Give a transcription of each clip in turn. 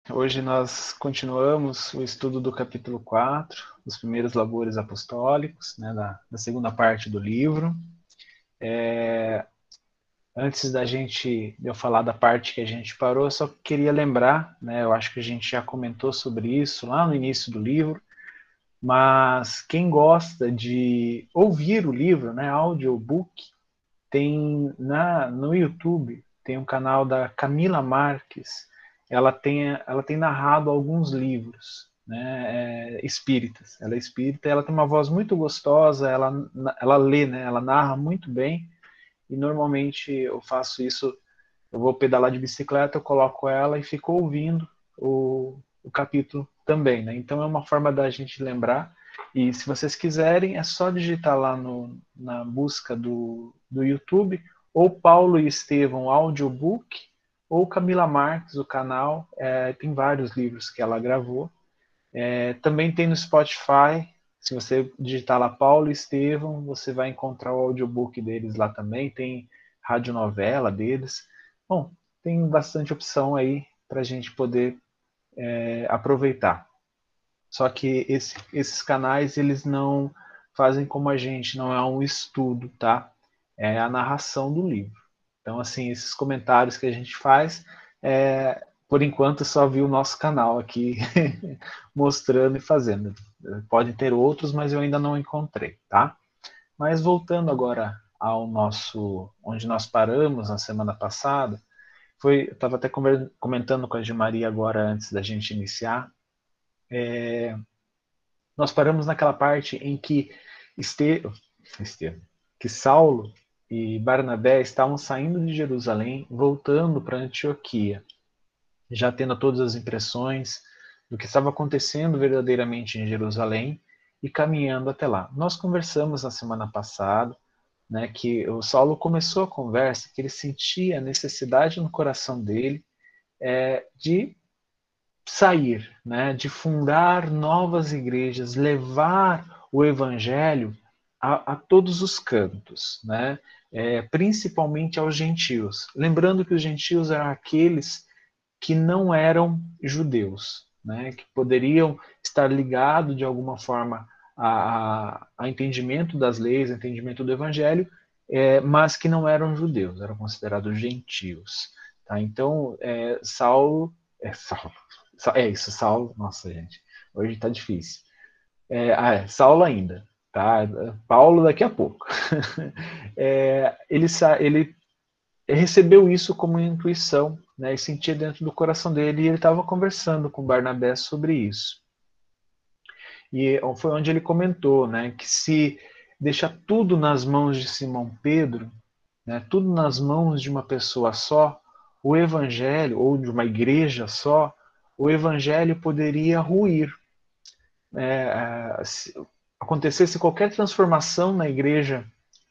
Hoje nós continuamos o estudo do capítulo 4, os primeiros labores apostólicos, né, da segunda parte do livro. Antes de eu falar da parte que a gente parou, eu só queria lembrar, né, eu acho que a gente já comentou sobre isso lá no início do livro, mas quem gosta de ouvir o livro, né, audiobook, no YouTube, tem um canal da Camila Marques. Ela tem narrado alguns livros, né, espíritas. Ela é espírita, ela tem uma voz muito gostosa, ela lê, né, ela narra muito bem, e normalmente eu faço isso, eu vou pedalar de bicicleta, eu coloco ela e fico ouvindo o capítulo também, né? Então é uma forma da gente lembrar. E se vocês quiserem, é só digitar lá na busca do YouTube, ou Paulo e Estevão Audiobook, ou Camila Marques, o canal. Tem vários livros que ela gravou. Também tem no Spotify. Se você digitar lá Paulo e Estevão, você vai encontrar o audiobook deles lá também. Tem radionovela deles. Bom, tem bastante opção aí para a gente poder aproveitar. Só que esses canais, eles não fazem como a gente, não é um estudo, tá? É a narração do livro. Então, assim, esses comentários que a gente faz, por enquanto, só vi o nosso canal aqui mostrando e fazendo. Podem ter outros, mas eu ainda não encontrei, tá? Mas voltando agora ao onde nós paramos na semana passada, eu estava até comentando com a Maria agora antes da gente iniciar. Nós paramos naquela parte em que este, este, que Saulo e Barnabé estavam saindo de Jerusalém, voltando para Antioquia, já tendo todas as impressões do que estava acontecendo verdadeiramente em Jerusalém e caminhando até lá. Nós conversamos na semana passada, né, que o Saulo começou a conversa que ele sentia a necessidade no coração dele de sair, né, de fundar novas igrejas, levar o evangelho a todos os cantos, né, principalmente aos gentios. Lembrando que os gentios eram aqueles que não eram judeus, né, que poderiam estar ligados de alguma forma a entendimento das leis, a entendimento do evangelho, mas que não eram judeus, eram considerados gentios. Tá? Então, Saulo, nossa gente, hoje está difícil. Saulo ainda, tá? Paulo daqui a pouco. Ele recebeu isso como intuição, né, e sentia dentro do coração dele, e ele estava conversando com Barnabé sobre isso. E foi onde ele comentou, né, que se deixar tudo nas mãos de Simão Pedro, né, tudo nas mãos de uma pessoa só, o evangelho, ou de uma igreja só, o evangelho poderia ruir. Se acontecesse qualquer transformação na igreja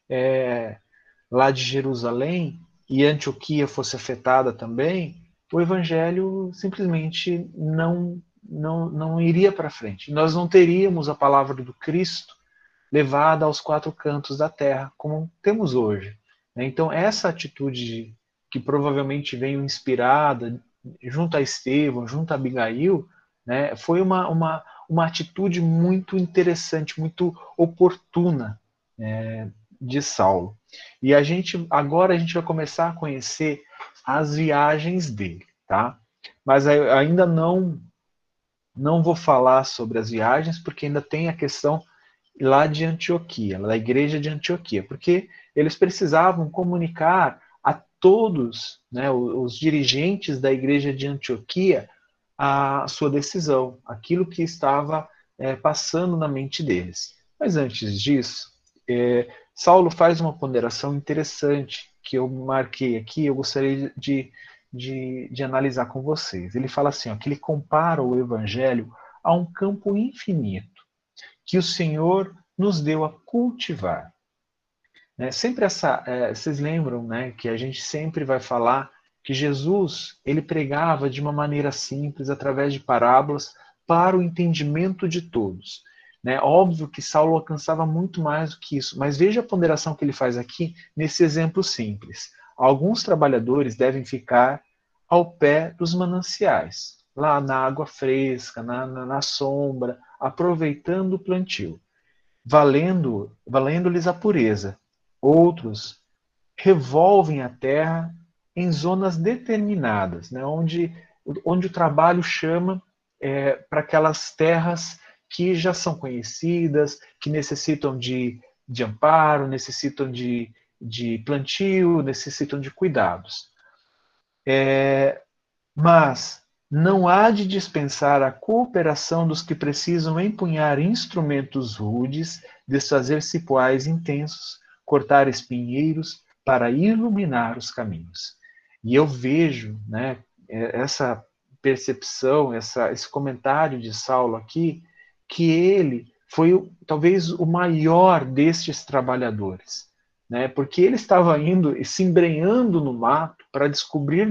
lá de Jerusalém, e Antioquia fosse afetada também, o evangelho simplesmente não iria para frente. Nós não teríamos a palavra do Cristo levada aos quatro cantos da terra, como temos hoje. Então, essa atitude que provavelmente veio inspirada junto a Estevão, junto a Abigail, né, foi uma atitude muito interessante, muito oportuna, de Saulo. E agora a gente vai começar a conhecer as viagens dele, tá? Mas ainda não vou falar sobre as viagens, porque ainda tem a questão lá de Antioquia, da igreja de Antioquia, porque eles precisavam comunicar a todos, né, os dirigentes da igreja de Antioquia, a sua decisão, aquilo que estava passando na mente deles. Mas antes disso, Saulo faz uma ponderação interessante que eu marquei aqui, eu gostaria de analisar com vocês. Ele fala assim, ó, que ele compara o evangelho a um campo infinito que o Senhor nos deu a cultivar. Sempre vocês lembram, né, que a gente sempre vai falar que Jesus ele pregava de uma maneira simples, através de parábolas, para o entendimento de todos. Óbvio que Saulo alcançava muito mais do que isso, mas veja a ponderação que ele faz aqui nesse exemplo simples. Alguns trabalhadores devem ficar ao pé dos mananciais. lá na água fresca, na sombra, aproveitando o plantio, valendo-lhes a pureza. Outros revolvem a terra em zonas determinadas, né, onde o trabalho chama para aquelas terras que já são conhecidas, que necessitam de amparo, necessitam de plantio, necessitam de cuidados. Mas não há de dispensar a cooperação dos que precisam empunhar instrumentos rudes, desfazer cipoais intensos, cortar espinheiros para iluminar os caminhos. E eu vejo, né, essa percepção, esse comentário de Saulo aqui, que ele foi talvez o maior destes trabalhadores, né, porque ele estava indo e se embrenhando no mato para descobrir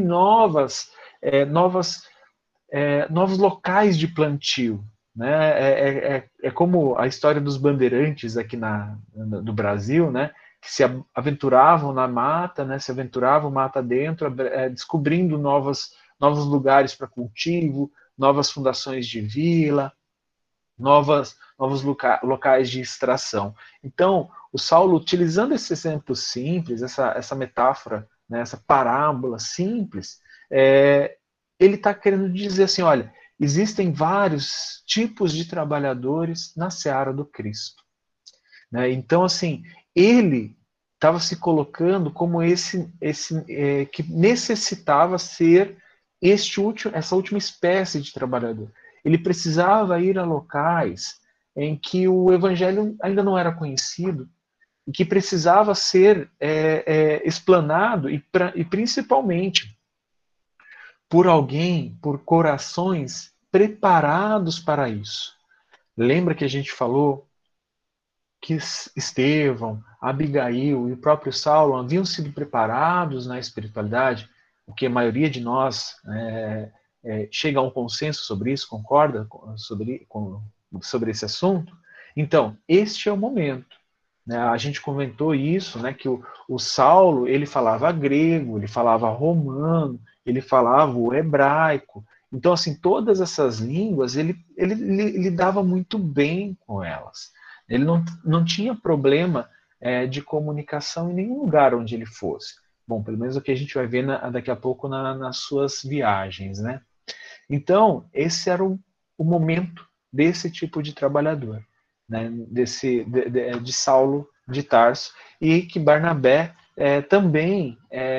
novos locais de plantio. Né? É como a história dos bandeirantes aqui do Brasil, né? Que se aventuravam na mata, né? Se aventuravam mata dentro, descobrindo novos lugares para cultivo, novas fundações de vila, novos locais de extração. Então, o Saulo, utilizando esse exemplo simples, essa metáfora, né, essa parábola simples, ele está querendo dizer assim, olha, existem vários tipos de trabalhadores na seara do Cristo. Né? Então, assim, ele estava se colocando como esse que necessitava ser essa última espécie de trabalhador. Ele precisava ir a locais em que o evangelho ainda não era conhecido e que precisava ser explanado e principalmente por alguém, por corações preparados para isso. Lembra que a gente falou que Estevão, Abigail e o próprio Saulo haviam sido preparados na espiritualidade, o que a maioria de nós chega a um consenso sobre isso, concorda sobre esse assunto? Então, este é o momento. Né? A gente comentou isso, né, que o Saulo ele falava grego, ele falava romano, ele falava o hebraico. Então, assim, todas essas línguas ele lidava muito bem com elas. Ele não tinha problema de comunicação em nenhum lugar onde ele fosse. Bom, pelo menos o que a gente vai ver daqui a pouco nas suas viagens, né? Então, esse era o momento desse tipo de trabalhador, né? De Saulo de Tarso, e que Barnabé também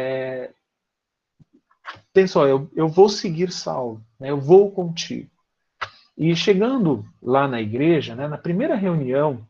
pensou, eu vou seguir Saulo, né? Eu vou contigo. E chegando lá na igreja, né, na primeira reunião,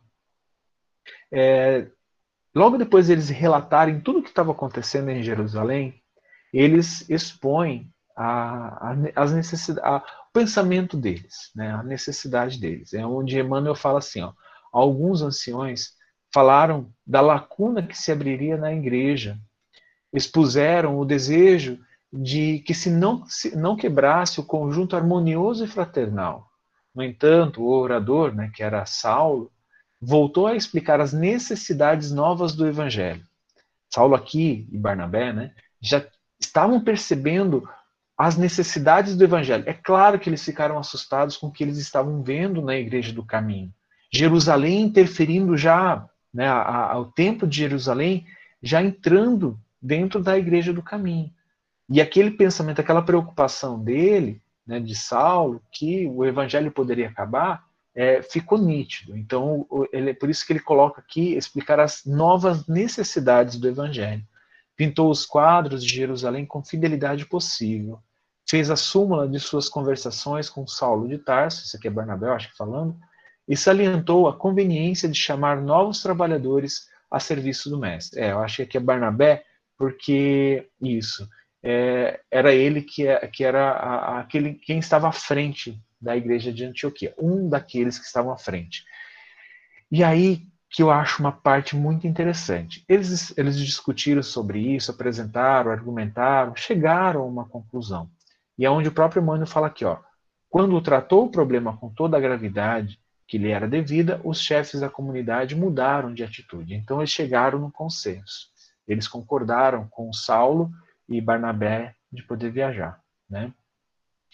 logo depois de eles relatarem tudo o que estava acontecendo em Jerusalém, eles expõem as necessidades, o pensamento deles, né, a necessidade deles. É onde Emmanuel fala assim, ó, alguns anciões falaram da lacuna que se abriria na igreja, expuseram o desejo de que se não quebrasse o conjunto harmonioso e fraternal. No entanto, o orador, né, que era Saulo, voltou a explicar as necessidades novas do evangelho. Saulo aqui e Barnabé, né, já estavam percebendo as necessidades do evangelho. É claro que eles ficaram assustados com o que eles estavam vendo na igreja do caminho. Jerusalém interferindo já, né, o templo de Jerusalém já entrando dentro da igreja do caminho. E aquele pensamento, aquela preocupação dele, né, de Saulo, que o evangelho poderia acabar, ficou nítido. Então, por isso que ele coloca aqui, explicar as novas necessidades do evangelho. Pintou os quadros de Jerusalém com fidelidade possível. Fez a súmula de suas conversações com Saulo de Tarso, isso aqui é Barnabé, acho que falando, e salientou a conveniência de chamar novos trabalhadores a serviço do mestre. Eu acho que aqui é Barnabé, porque isso, era ele que era aquele quem estava à frente da igreja de Antioquia, um daqueles que estavam à frente. E aí que eu acho uma parte muito interessante. Eles discutiram sobre isso, apresentaram, argumentaram, chegaram a uma conclusão. E é onde o próprio Emmanuel fala aqui, ó, quando tratou o problema com toda a gravidade que lhe era devida, os chefes da comunidade mudaram de atitude. Então eles chegaram no consenso. Eles concordaram com Saulo e Barnabé de poder viajar, né?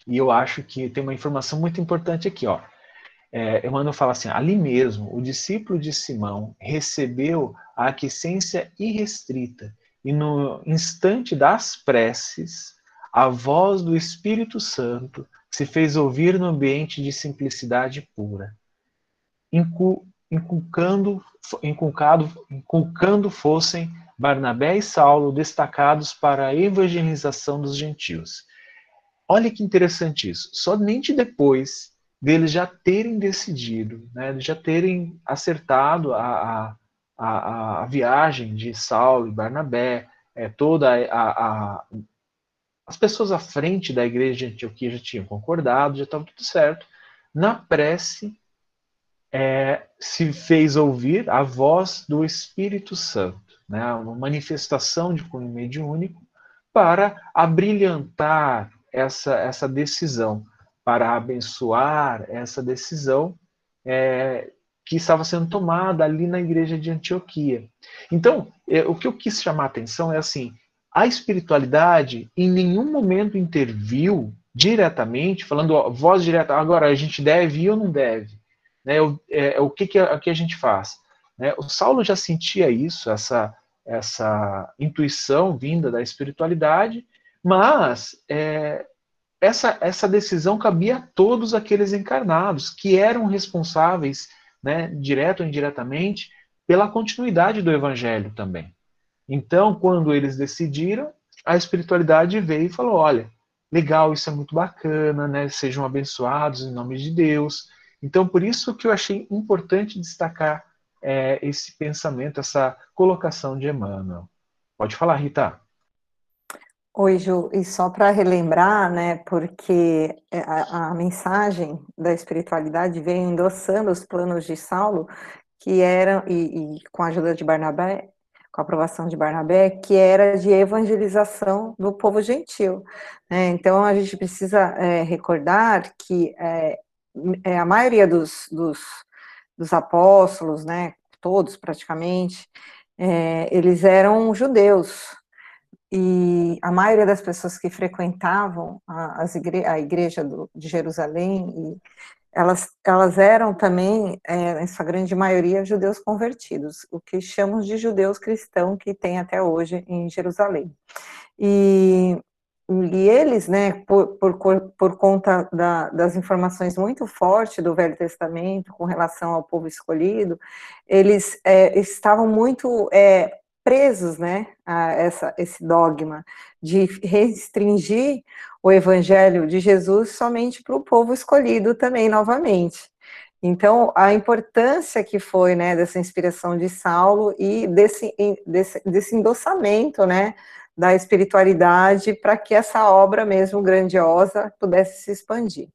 E eu acho que tem uma informação muito importante aqui, ó. Emmanuel fala assim: ali mesmo, o discípulo de Simão recebeu a aquiescência irrestrita, e no instante das preces, a voz do Espírito Santo se fez ouvir no ambiente de simplicidade pura, inculcando fossem Barnabé e Saulo destacados para a evangelização dos gentios. Olha que interessante isso. Somente depois deles já terem decidido, né, de já terem acertado a viagem de Saulo e Barnabé, toda as pessoas à frente da igreja de Antioquia já tinham concordado, já estava tudo certo. Na prece, se fez ouvir a voz do Espírito Santo, né, uma manifestação de cunho mediúnico para abrilhantar essa decisão, para abençoar essa decisão que estava sendo tomada ali na igreja de Antioquia. Então, o que eu quis chamar a atenção é assim, a espiritualidade em nenhum momento interviu diretamente, falando ó, voz direta, agora a gente deve ir ou não deve? Né, o que a gente faz? Né, o Saulo já sentia isso, essa intuição vinda da espiritualidade, mas essa decisão cabia a todos aqueles encarnados que eram responsáveis, né, direto ou indiretamente, pela continuidade do evangelho também. Então, quando eles decidiram, a espiritualidade veio e falou: olha, legal, isso é muito bacana, né? Sejam abençoados em nome de Deus. Então, por isso que eu achei importante destacar esse pensamento, essa colocação de Emmanuel. Pode falar, Rita. Oi, Ju, e só para relembrar, né, porque a mensagem da espiritualidade veio endossando os planos de Saulo, que eram, e com a ajuda de Barnabé, com a aprovação de Barnabé, que era de evangelização do povo gentil, né? Então, a gente precisa recordar que a maioria dos apóstolos, né, todos praticamente, eles eram judeus, e a maioria das pessoas que frequentavam a igreja de Jerusalém, elas eram também, em sua grande maioria, judeus convertidos, o que chamamos de judeus cristãos, que tem até hoje em Jerusalém. E, e eles, né, por conta das informações muito fortes do Velho Testamento com relação ao povo escolhido, eles estavam muito presos, né, a esse dogma de restringir o evangelho de Jesus somente para o povo escolhido também, novamente. Então, a importância que foi, né, dessa inspiração de Saulo e desse endossamento, né, da espiritualidade para que essa obra mesmo grandiosa pudesse se expandir.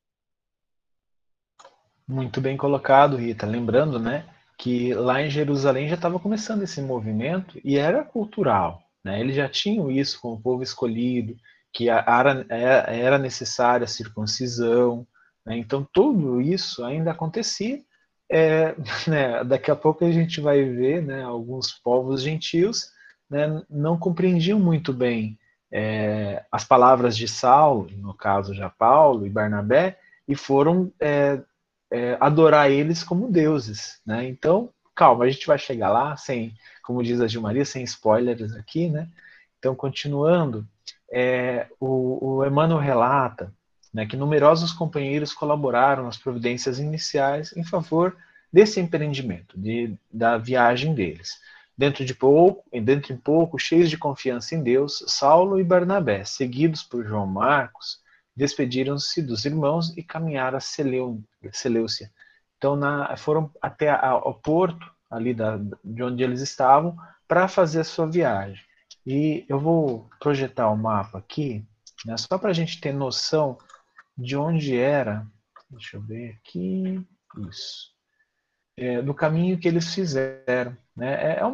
Muito bem colocado, Rita. Lembrando, né, que lá em Jerusalém já estava começando esse movimento e era cultural, né? Eles já tinham isso com o povo escolhido, que era necessária a circuncisão, né? Então tudo isso ainda acontecia. Né, daqui a pouco a gente vai ver, né, alguns povos gentios, né, não compreendiam muito bem as palavras de Saulo, no caso já Paulo e Barnabé, e foram adorar eles como deuses, né? Então, calma, a gente vai chegar lá, sem, como diz a Gilmaria, sem spoilers aqui, né? Então, continuando, o Emmanuel relata, né, que numerosos companheiros colaboraram nas providências iniciais em favor desse empreendimento, da viagem deles. Dentro em pouco, cheios de confiança em Deus, Saulo e Barnabé, seguidos por João Marcos, despediram-se dos irmãos e caminharam a Seleucia. Então, foram até ao porto ali de onde eles estavam para fazer a sua viagem. E eu vou projetar o mapa aqui, né, só para a gente ter noção de onde era. Deixa eu ver aqui. Isso. Do caminho que eles fizeram. Né? É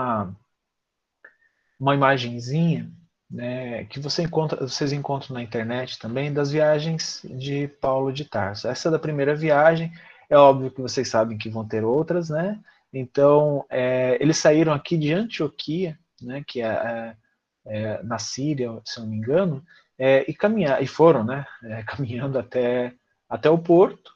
uma imagenzinha, né, que vocês encontram na internet também, das viagens de Paulo de Tarso. Essa é da primeira viagem, é óbvio que vocês sabem que vão ter outras, né? Então, eles saíram aqui de Antioquia, né, que é na Síria, se eu não me engano, e foram, né, caminhando até o porto,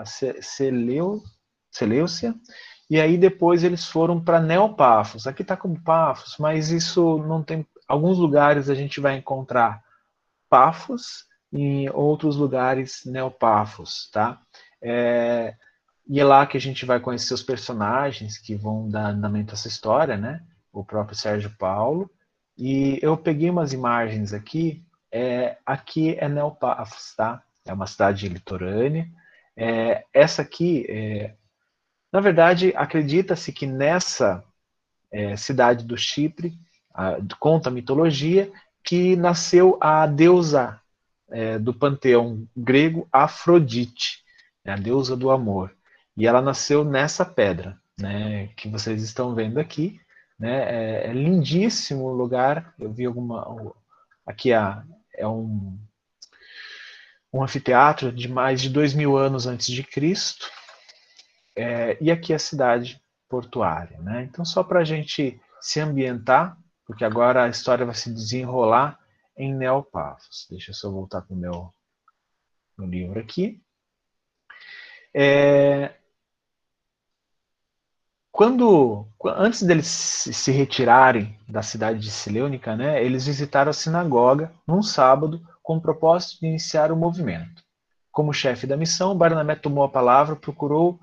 Seleucia, e aí depois eles foram para Neopafos. Aqui está como Pafos, mas isso não tem. Alguns lugares a gente vai encontrar Pafos e em outros lugares Neopafos, tá? E é lá que a gente vai conhecer os personagens que vão dar andamento a essa história, né? O próprio Sérgio Paulo. E eu peguei umas imagens aqui. Aqui é Neopafos, tá? É uma cidade litorânea. Essa aqui, na verdade, acredita-se que nessa cidade do Chipre, conta a mitologia, que nasceu a deusa do panteão grego, Afrodite, a deusa do amor. E ela nasceu nessa pedra, né, que vocês estão vendo aqui. Né, é lindíssimo o lugar. Eu vi aqui é um anfiteatro de mais de 2000 anos antes de Cristo. E aqui é a cidade portuária. Né? Então, só para a gente se ambientar, porque agora a história vai se desenrolar em Neopafos. Deixa eu só voltar para o meu livro aqui. Antes deles se retirarem da cidade de Silêunica, né, eles visitaram a sinagoga num sábado com o propósito de iniciar o movimento. Como chefe da missão, Barnabé tomou a palavra, procurou...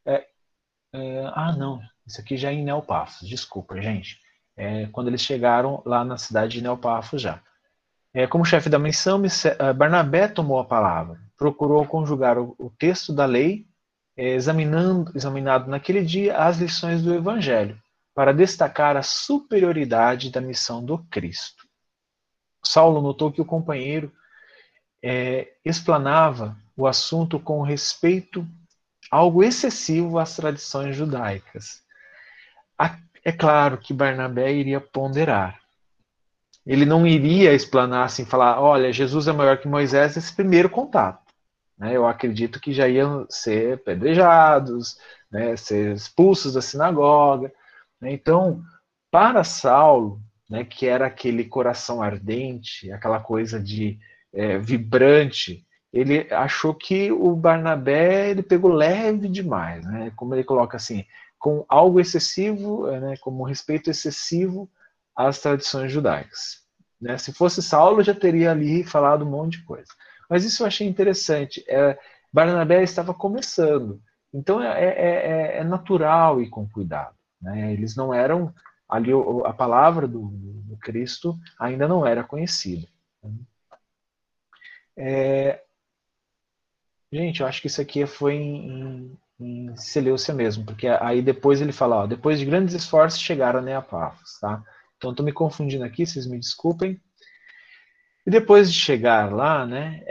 não, isso aqui já é em Neopafos, desculpa, gente. Quando eles chegaram lá na cidade de Neopafos já. Como chefe da missão, Barnabé tomou a palavra, procurou conjugar o texto da lei, examinado naquele dia as lições do Evangelho, para destacar a superioridade da missão do Cristo. Saulo notou que o companheiro explanava o assunto com respeito algo excessivo às tradições judaicas. É claro que Barnabé iria ponderar. Ele não iria explanar assim, falar, olha, Jesus é maior que Moisés, esse primeiro contato. Né? Eu acredito que já iam ser apedrejados, né, ser expulsos da sinagoga. Né? Então, para Saulo, né, que era aquele coração ardente, aquela coisa de vibrante, ele achou que o Barnabé ele pegou leve demais, né? Como ele coloca assim, com algo excessivo, né, como um respeito excessivo às tradições judaicas. Né? Se fosse Saulo, já teria ali falado um monte de coisa. Mas isso eu achei interessante. Barnabé estava começando, então é natural ir com cuidado. Né? Eles não eram ali a palavra do Cristo ainda não era conhecida. Gente, eu acho que isso aqui foi em Seleucia mesmo, porque aí depois ele fala, ó, depois de grandes esforços chegaram a Neapafos, tá? Então estou me confundindo aqui, vocês me desculpem. E depois de chegar lá, né,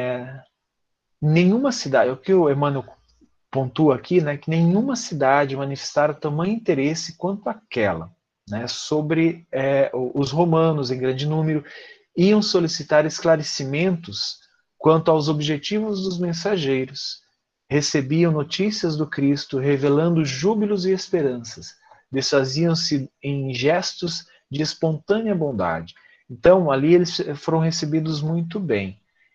nenhuma cidade, o que o Emmanuel pontua aqui, né, que nenhuma cidade manifestara tamanho interesse quanto aquela, né, sobre os romanos em grande número, iam solicitar esclarecimentos quanto aos objetivos dos mensageiros, recebiam notícias do Cristo revelando júbilos e esperanças, desfaziam-se em gestos de espontânea bondade. Então, ali eles foram recebidos muito bem.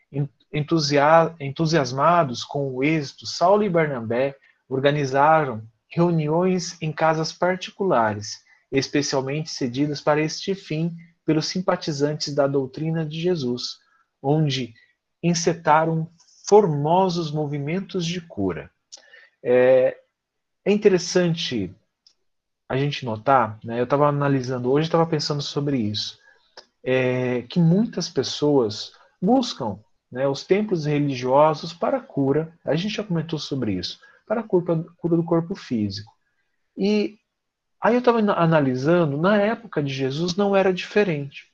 Entusiasmados com o êxito, Saulo e Barnabé organizaram reuniões em casas particulares, especialmente cedidas para este fim pelos simpatizantes da doutrina de Jesus, onde encetaram formosos movimentos de cura. É interessante a gente notar, né, eu estava analisando hoje, estava pensando sobre isso, que muitas pessoas buscam, né, os templos religiosos para a cura, a gente já comentou sobre isso, para a cura do corpo físico. E aí eu estava analisando, na época de Jesus não era diferente.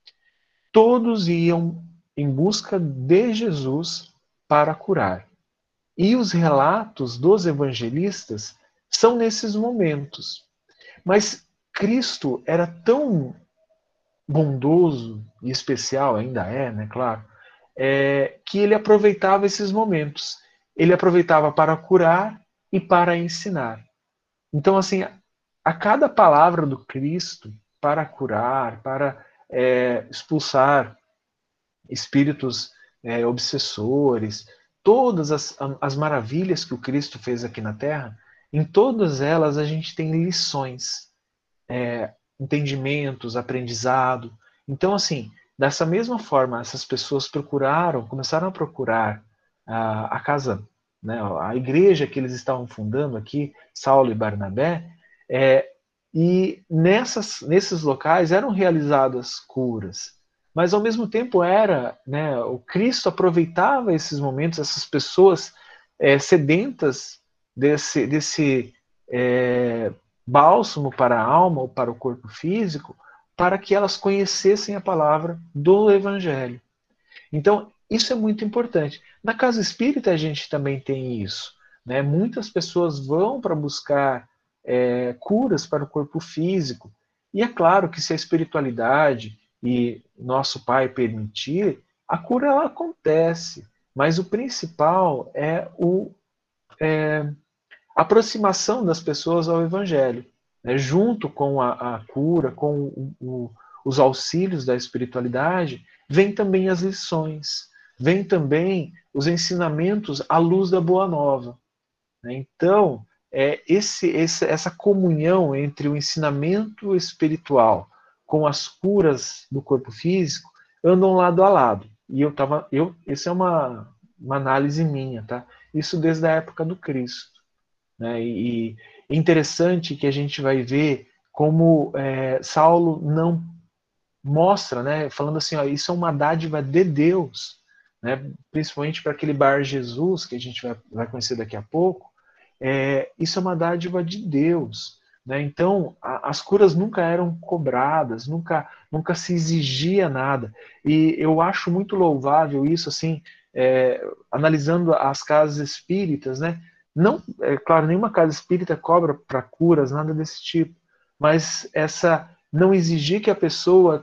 Todos iam em busca de Jesus para curar. E os relatos dos evangelistas são nesses momentos. Mas Cristo era tão bondoso e especial, ainda é, né, claro, que ele aproveitava esses momentos. Ele aproveitava para curar e para ensinar. Então, assim, a cada palavra do Cristo para curar, para expulsar espíritos obsessores, todas as maravilhas que o Cristo fez aqui na Terra, em todas elas a gente tem lições, entendimentos, aprendizado. Então, assim, dessa mesma forma, essas pessoas começaram a procurar a casa, né, a igreja que eles estavam fundando aqui, Saulo e Barnabé, e nesses locais eram realizadas curas. Mas ao mesmo tempo né, o Cristo aproveitava esses momentos, essas pessoas sedentas desse bálsamo para a alma ou para o corpo físico, para que elas conhecessem a palavra do Evangelho. Então, isso é muito importante. Na casa espírita a gente também tem isso. Né? Muitas pessoas vão para buscar curas para o corpo físico. E é claro que se a espiritualidade e nosso Pai permitir, a cura ela acontece. Mas o principal é a aproximação das pessoas ao Evangelho. Né? Junto com a cura, com os auxílios da espiritualidade, vem também as lições, vem também os ensinamentos à luz da Boa Nova. Né? Então, essa comunhão entre o ensinamento espiritual com as curas do corpo físico andam lado a lado. E essa é uma análise minha, tá? Isso desde a época do Cristo. Né? E é interessante que a gente vai ver como Saulo não mostra, né, falando assim, ó, isso é uma dádiva de Deus, né, principalmente para aquele Bar Jesus, que a gente vai conhecer daqui a pouco, isso é uma dádiva de Deus. Né? Então, as curas nunca eram cobradas, nunca se exigia nada. E eu acho muito louvável isso, assim, analisando as casas espíritas, né? Não, claro, nenhuma casa espírita cobra para curas, nada desse tipo, mas essa não exigir que a pessoa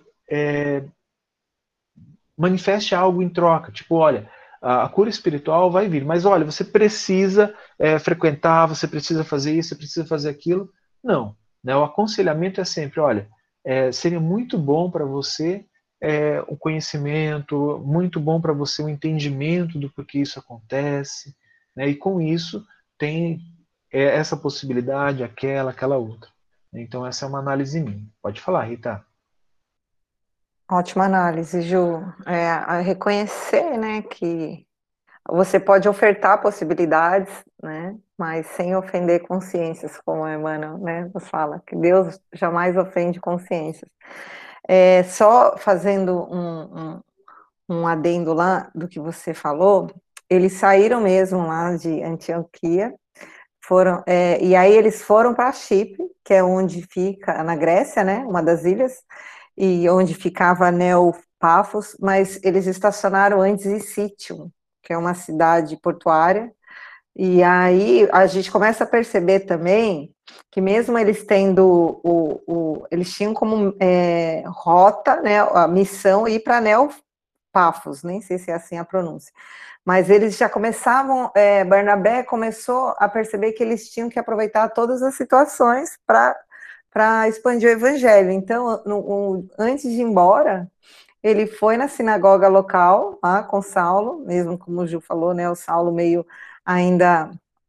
manifeste algo em troca. Tipo, olha, a cura espiritual vai vir, mas olha, você precisa frequentar, você precisa fazer isso, você precisa fazer aquilo. Não. Né? O aconselhamento é sempre, olha, seria muito bom para você o conhecimento, muito bom para você o entendimento do porquê isso acontece, né? E com isso tem essa possibilidade, aquela outra. Então essa é uma análise minha. Pode falar, Rita. Ótima análise, Ju. A reconhecer, né, que você pode ofertar possibilidades, né, mas sem ofender consciências, como Emmanuel, né, nos fala, que Deus jamais ofende consciências. Só fazendo um adendo lá do que você falou, eles saíram mesmo lá de Antioquia, e aí eles foram para Chipre, que é onde fica, na Grécia, né, uma das ilhas, e onde ficava Neopafos, mas eles estacionaram antes em Sítium, que é uma cidade portuária, e aí a gente começa a perceber também que mesmo eles tendo eles tinham como rota, né, a missão ir para Neopafos, nem sei se é assim a pronúncia, mas eles já começavam, Barnabé começou a perceber que eles tinham que aproveitar todas as situações para expandir o evangelho. Então, antes de ir embora, ele foi na sinagoga local, lá com Saulo, mesmo como o Gil falou, né, o Saulo ainda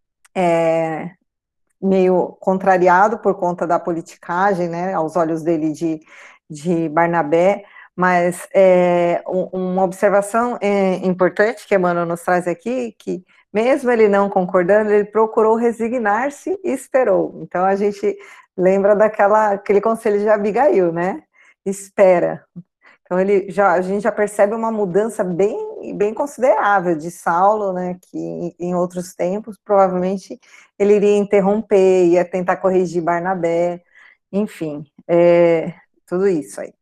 meio contrariado por conta da politicagem, né, aos olhos dele de Barnabé, mas uma observação importante que Emmanuel nos traz aqui, que mesmo ele não concordando, ele procurou resignar-se e esperou. Então a gente lembra aquele conselho de Abigail, né? Espera. Então a gente já percebe uma mudança bem considerável de Saulo, né, que em outros tempos provavelmente ele iria interromper, ia tentar corrigir Barnabé, enfim, tudo isso aí.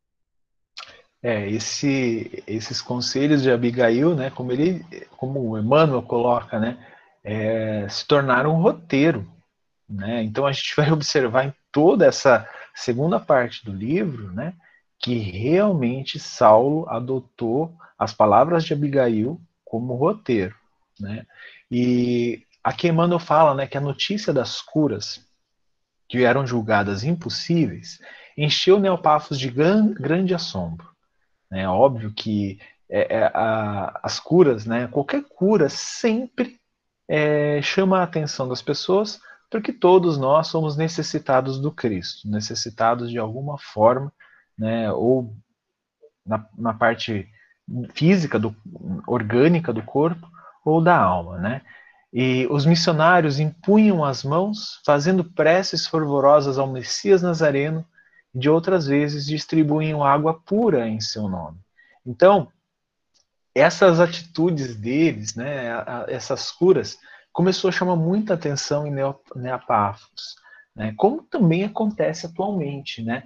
Esses conselhos de Abigail, né, como o Emmanuel coloca, né, se tornaram um roteiro. Né? Então a gente vai observar em toda essa segunda parte do livro, né, que realmente Saulo adotou as palavras de Abigail como roteiro. Né? E aqui Emmanuel fala, né, que a notícia das curas que eram julgadas impossíveis encheu Neopafos de grande assombro. É óbvio que as curas, né? Qualquer cura sempre chama a atenção das pessoas, porque todos nós somos necessitados do Cristo, necessitados de alguma forma, né? Ou na parte física, orgânica do corpo, ou da alma, né? E os missionários impunham as mãos, fazendo preces fervorosas ao Messias Nazareno, e de outras vezes distribuíam água pura em seu nome. Então, essas atitudes deles, né, essas curas, começou a chamar muita atenção em Neopáfos, né, como também acontece atualmente, né?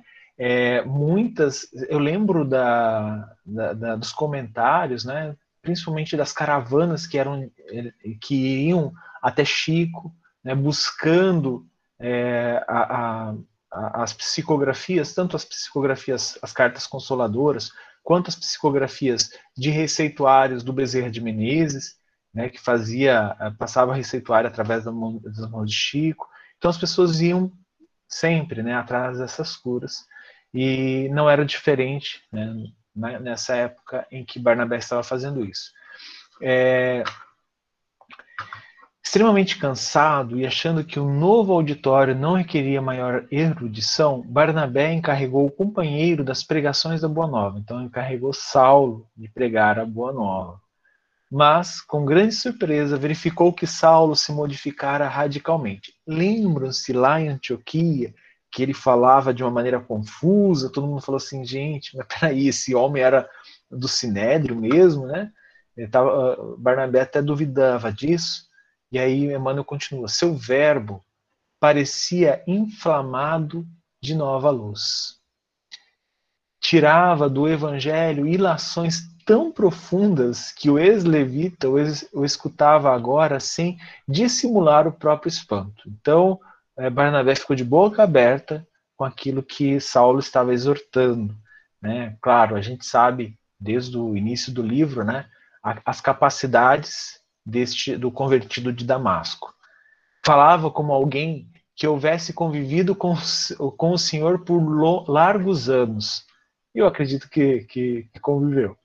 Eu lembro dos comentários, né, principalmente das caravanas que iam até Chico, né, buscando as psicografias, tanto as psicografias, as cartas consoladoras, quanto as psicografias de receituários do Bezerra de Menezes, né, que passava receituário através das mãos de Chico. Então as pessoas iam sempre, né, atrás dessas curas, e não era diferente, né, nessa época em que Barnabé estava fazendo isso. Extremamente cansado e achando que o novo auditório não requeria maior erudição, Barnabé encarregou o companheiro das pregações da Boa Nova. Então encarregou Saulo de pregar a Boa Nova. Mas, com grande surpresa, verificou que Saulo se modificara radicalmente. Lembram-se lá em Antioquia que ele falava de uma maneira confusa, todo mundo falou assim, gente, mas peraí, esse homem era do Sinédrio mesmo, né? Barnabé até duvidava disso. E aí Emmanuel continua, seu verbo parecia inflamado de nova luz. Tirava do evangelho ilações tão profundas que o ex-levita o escutava agora sem dissimular o próprio espanto. Então, Barnabé ficou de boca aberta com aquilo que Saulo estava exortando, né? Claro, a gente sabe, desde o início do livro, né, as capacidades do convertido de Damasco. Falava como alguém que houvesse convivido com o Senhor por largos anos. Eu acredito que conviveu.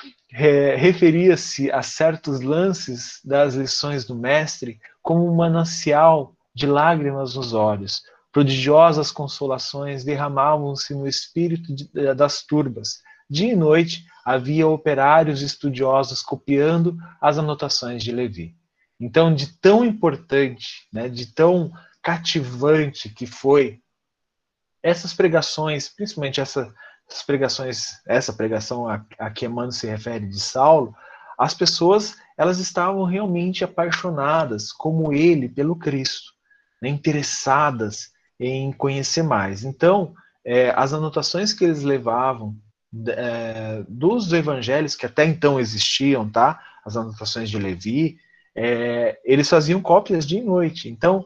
Referia-se a certos lances das lições do mestre como um manancial de lágrimas nos olhos. Prodigiosas consolações derramavam-se no espírito das turbas. Dia e noite havia operários estudiosos copiando as anotações de Levi. Então, de tão importante, né, de tão cativante que foi essas pregações, principalmente essa pregação a que Emmanuel se refere de Saulo, as pessoas elas estavam realmente apaixonadas, como ele, pelo Cristo, né, interessadas em conhecer mais. Então, as anotações que eles levavam dos evangelhos que até então existiam, tá? As anotações de Levi, eles faziam cópias dia e noite. Então,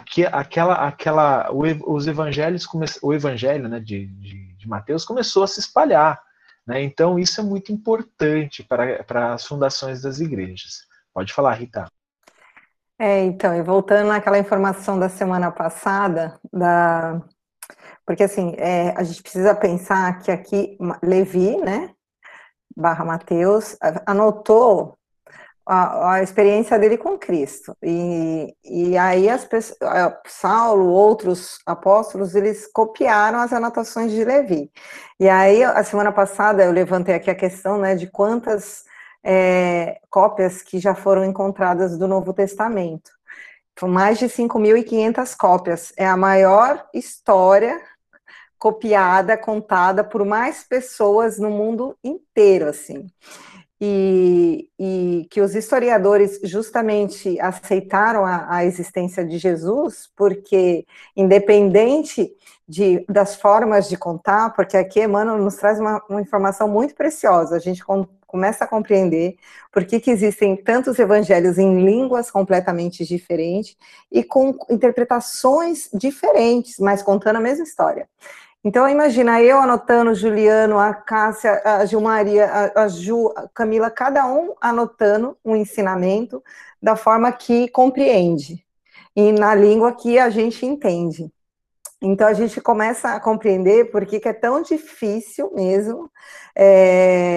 os evangelhos, o evangelho, né, de Mateus começou a se espalhar, né? Então isso é muito importante para as fundações das igrejas. Pode falar, Rita. Então, e voltando naquela informação da semana passada, porque assim, a gente precisa pensar que aqui Levi, né, / Mateus, anotou a experiência dele com Cristo. E aí Saulo, outros apóstolos, eles copiaram as anotações de Levi. E aí, a semana passada, eu levantei aqui a questão, né, de quantas cópias que já foram encontradas do Novo Testamento. Foram mais de 5.500 cópias. É a maior história copiada, contada por mais pessoas no mundo inteiro, assim. E que os historiadores justamente aceitaram a existência de Jesus, porque independente das formas de contar, porque aqui Emmanuel nos traz uma informação muito preciosa, a gente começa a compreender por que existem tantos evangelhos em línguas completamente diferentes e com interpretações diferentes, mas contando a mesma história. Então, imagina eu anotando, Juliano, a Cássia, a Gilmaria, a Ju, a Camila, cada um anotando um ensinamento da forma que compreende e na língua que a gente entende. Então, a gente começa a compreender por que é tão difícil mesmo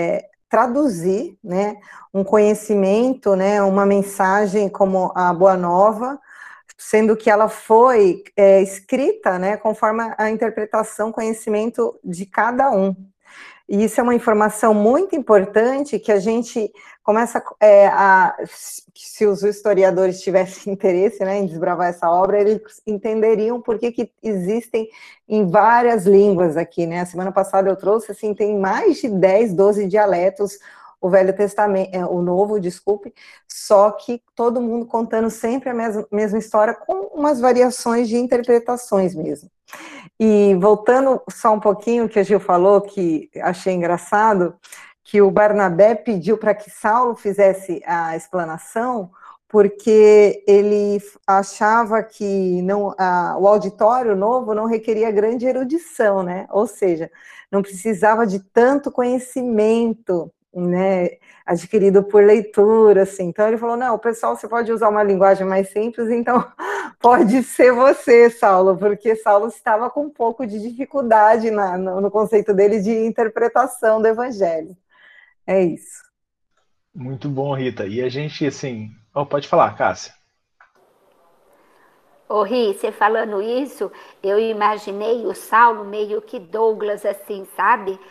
traduzir, né, um conhecimento, né, uma mensagem como a Boa Nova, sendo que ela foi escrita, né, conforme a interpretação, conhecimento de cada um. E isso é uma informação muito importante que a gente começa se os historiadores tivessem interesse, né, em desbravar essa obra, eles entenderiam por que existem em várias línguas aqui, né? A semana passada eu trouxe, assim, tem mais de 10, 12 dialetos, o Velho Testamento, o Novo, desculpe, só que todo mundo contando sempre a mesma história, com umas variações de interpretações mesmo. E voltando só um pouquinho, que a Gil falou, que achei engraçado, que o Barnabé pediu para que Saulo fizesse a explanação, porque ele achava que o auditório novo não requeria grande erudição, né? Ou seja, não precisava de tanto conhecimento, né, adquirido por leitura, assim. Então ele falou, não, o pessoal, você pode usar uma linguagem mais simples, então pode ser você, Saulo, porque Saulo estava com um pouco de dificuldade no conceito dele de interpretação do evangelho. É isso. Muito bom, Rita. E a gente, assim... Oh, pode falar, Cássia. Ô, Ri, você falando isso, eu imaginei o Saulo meio que Douglas, assim, sabe?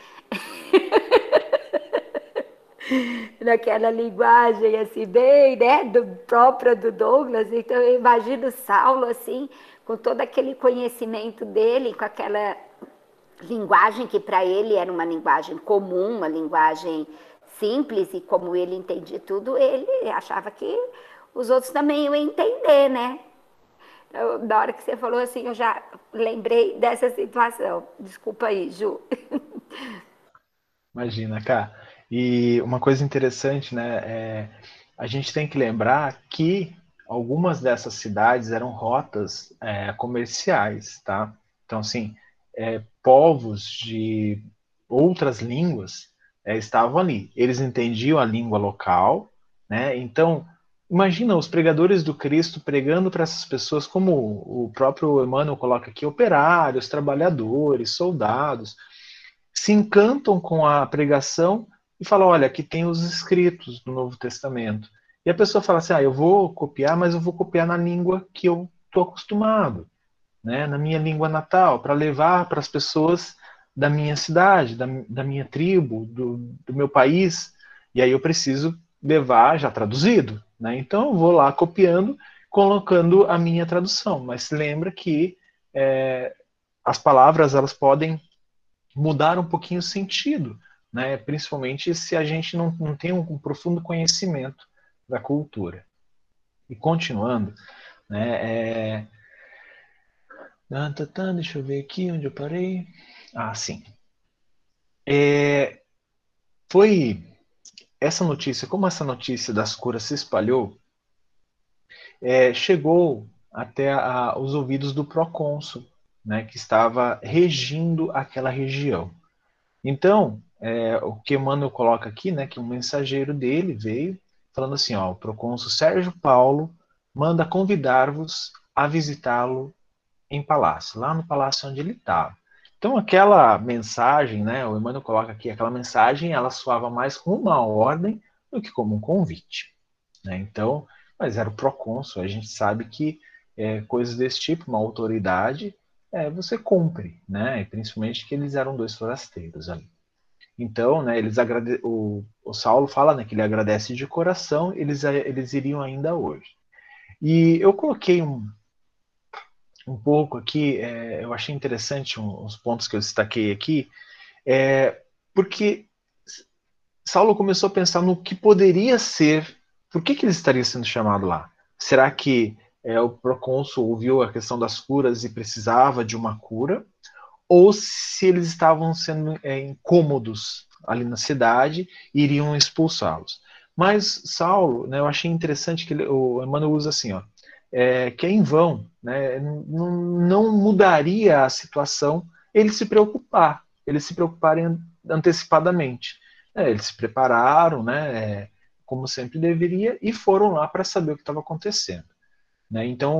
Naquela linguagem, assim, bem, né, própria do Douglas. Então, eu imagino o Saulo, assim, com todo aquele conhecimento dele, com aquela linguagem que para ele era uma linguagem comum, uma linguagem simples, e como ele entendia tudo, ele achava que os outros também iam entender, né? Na hora que você falou assim, eu já lembrei dessa situação. Desculpa aí, Ju. Imagina, cá. E uma coisa interessante, né? A gente tem que lembrar que algumas dessas cidades eram rotas comerciais, tá? Então, assim, povos de outras línguas estavam ali. Eles entendiam a língua local, né? Então, imagina os pregadores do Cristo pregando para essas pessoas, como o próprio Emmanuel coloca aqui, operários, trabalhadores, soldados se encantam com a pregação e falam, olha, aqui tem os escritos do Novo Testamento. E a pessoa fala assim, eu vou copiar, mas eu vou copiar na língua que eu estou acostumado, né? Na minha língua natal, para levar para as pessoas da minha cidade, da minha tribo, do meu país. E aí eu preciso levar já traduzido, né? Então eu vou lá copiando, colocando a minha tradução. Mas lembra que as palavras elas podem mudar um pouquinho o sentido, né? Principalmente se a gente não tem um profundo conhecimento da cultura. E continuando, né? Deixa eu ver aqui onde eu parei. Ah, sim. Foi essa notícia, como essa notícia das curas se espalhou, chegou até os ouvidos do procônsul, né, que estava regindo aquela região. Então, o que Emmanuel coloca aqui, né, que um mensageiro dele veio falando assim, ó, o procônsul Sérgio Paulo manda convidar-vos a visitá-lo em palácio, lá no palácio onde ele estava. Então, aquela mensagem, né, o Emmanuel coloca aqui, aquela mensagem, ela soava mais como uma ordem do que como um convite. Né? Então, mas era o procônsul, a gente sabe que coisas desse tipo, uma autoridade, você cumpre, né? E principalmente que eles eram dois forasteiros ali. Então, né, o Saulo fala, né, que ele agradece de coração, eles iriam ainda hoje. E eu coloquei um pouco aqui, eu achei interessante os pontos que eu destaquei aqui, porque Saulo começou a pensar no que poderia ser, por que ele estaria sendo chamado lá? Será que o procônsul ouviu a questão das curas e precisava de uma cura? Ou se eles estavam sendo incômodos ali na cidade e iriam expulsá-los? Mas Saulo, né, eu achei interessante que o Emmanuel usa assim, ó, que é em vão, né, não mudaria a situação eles se preocuparem antecipadamente. Eles se prepararam, né, como sempre deveria, e foram lá para saber o que estava acontecendo. Né? Então,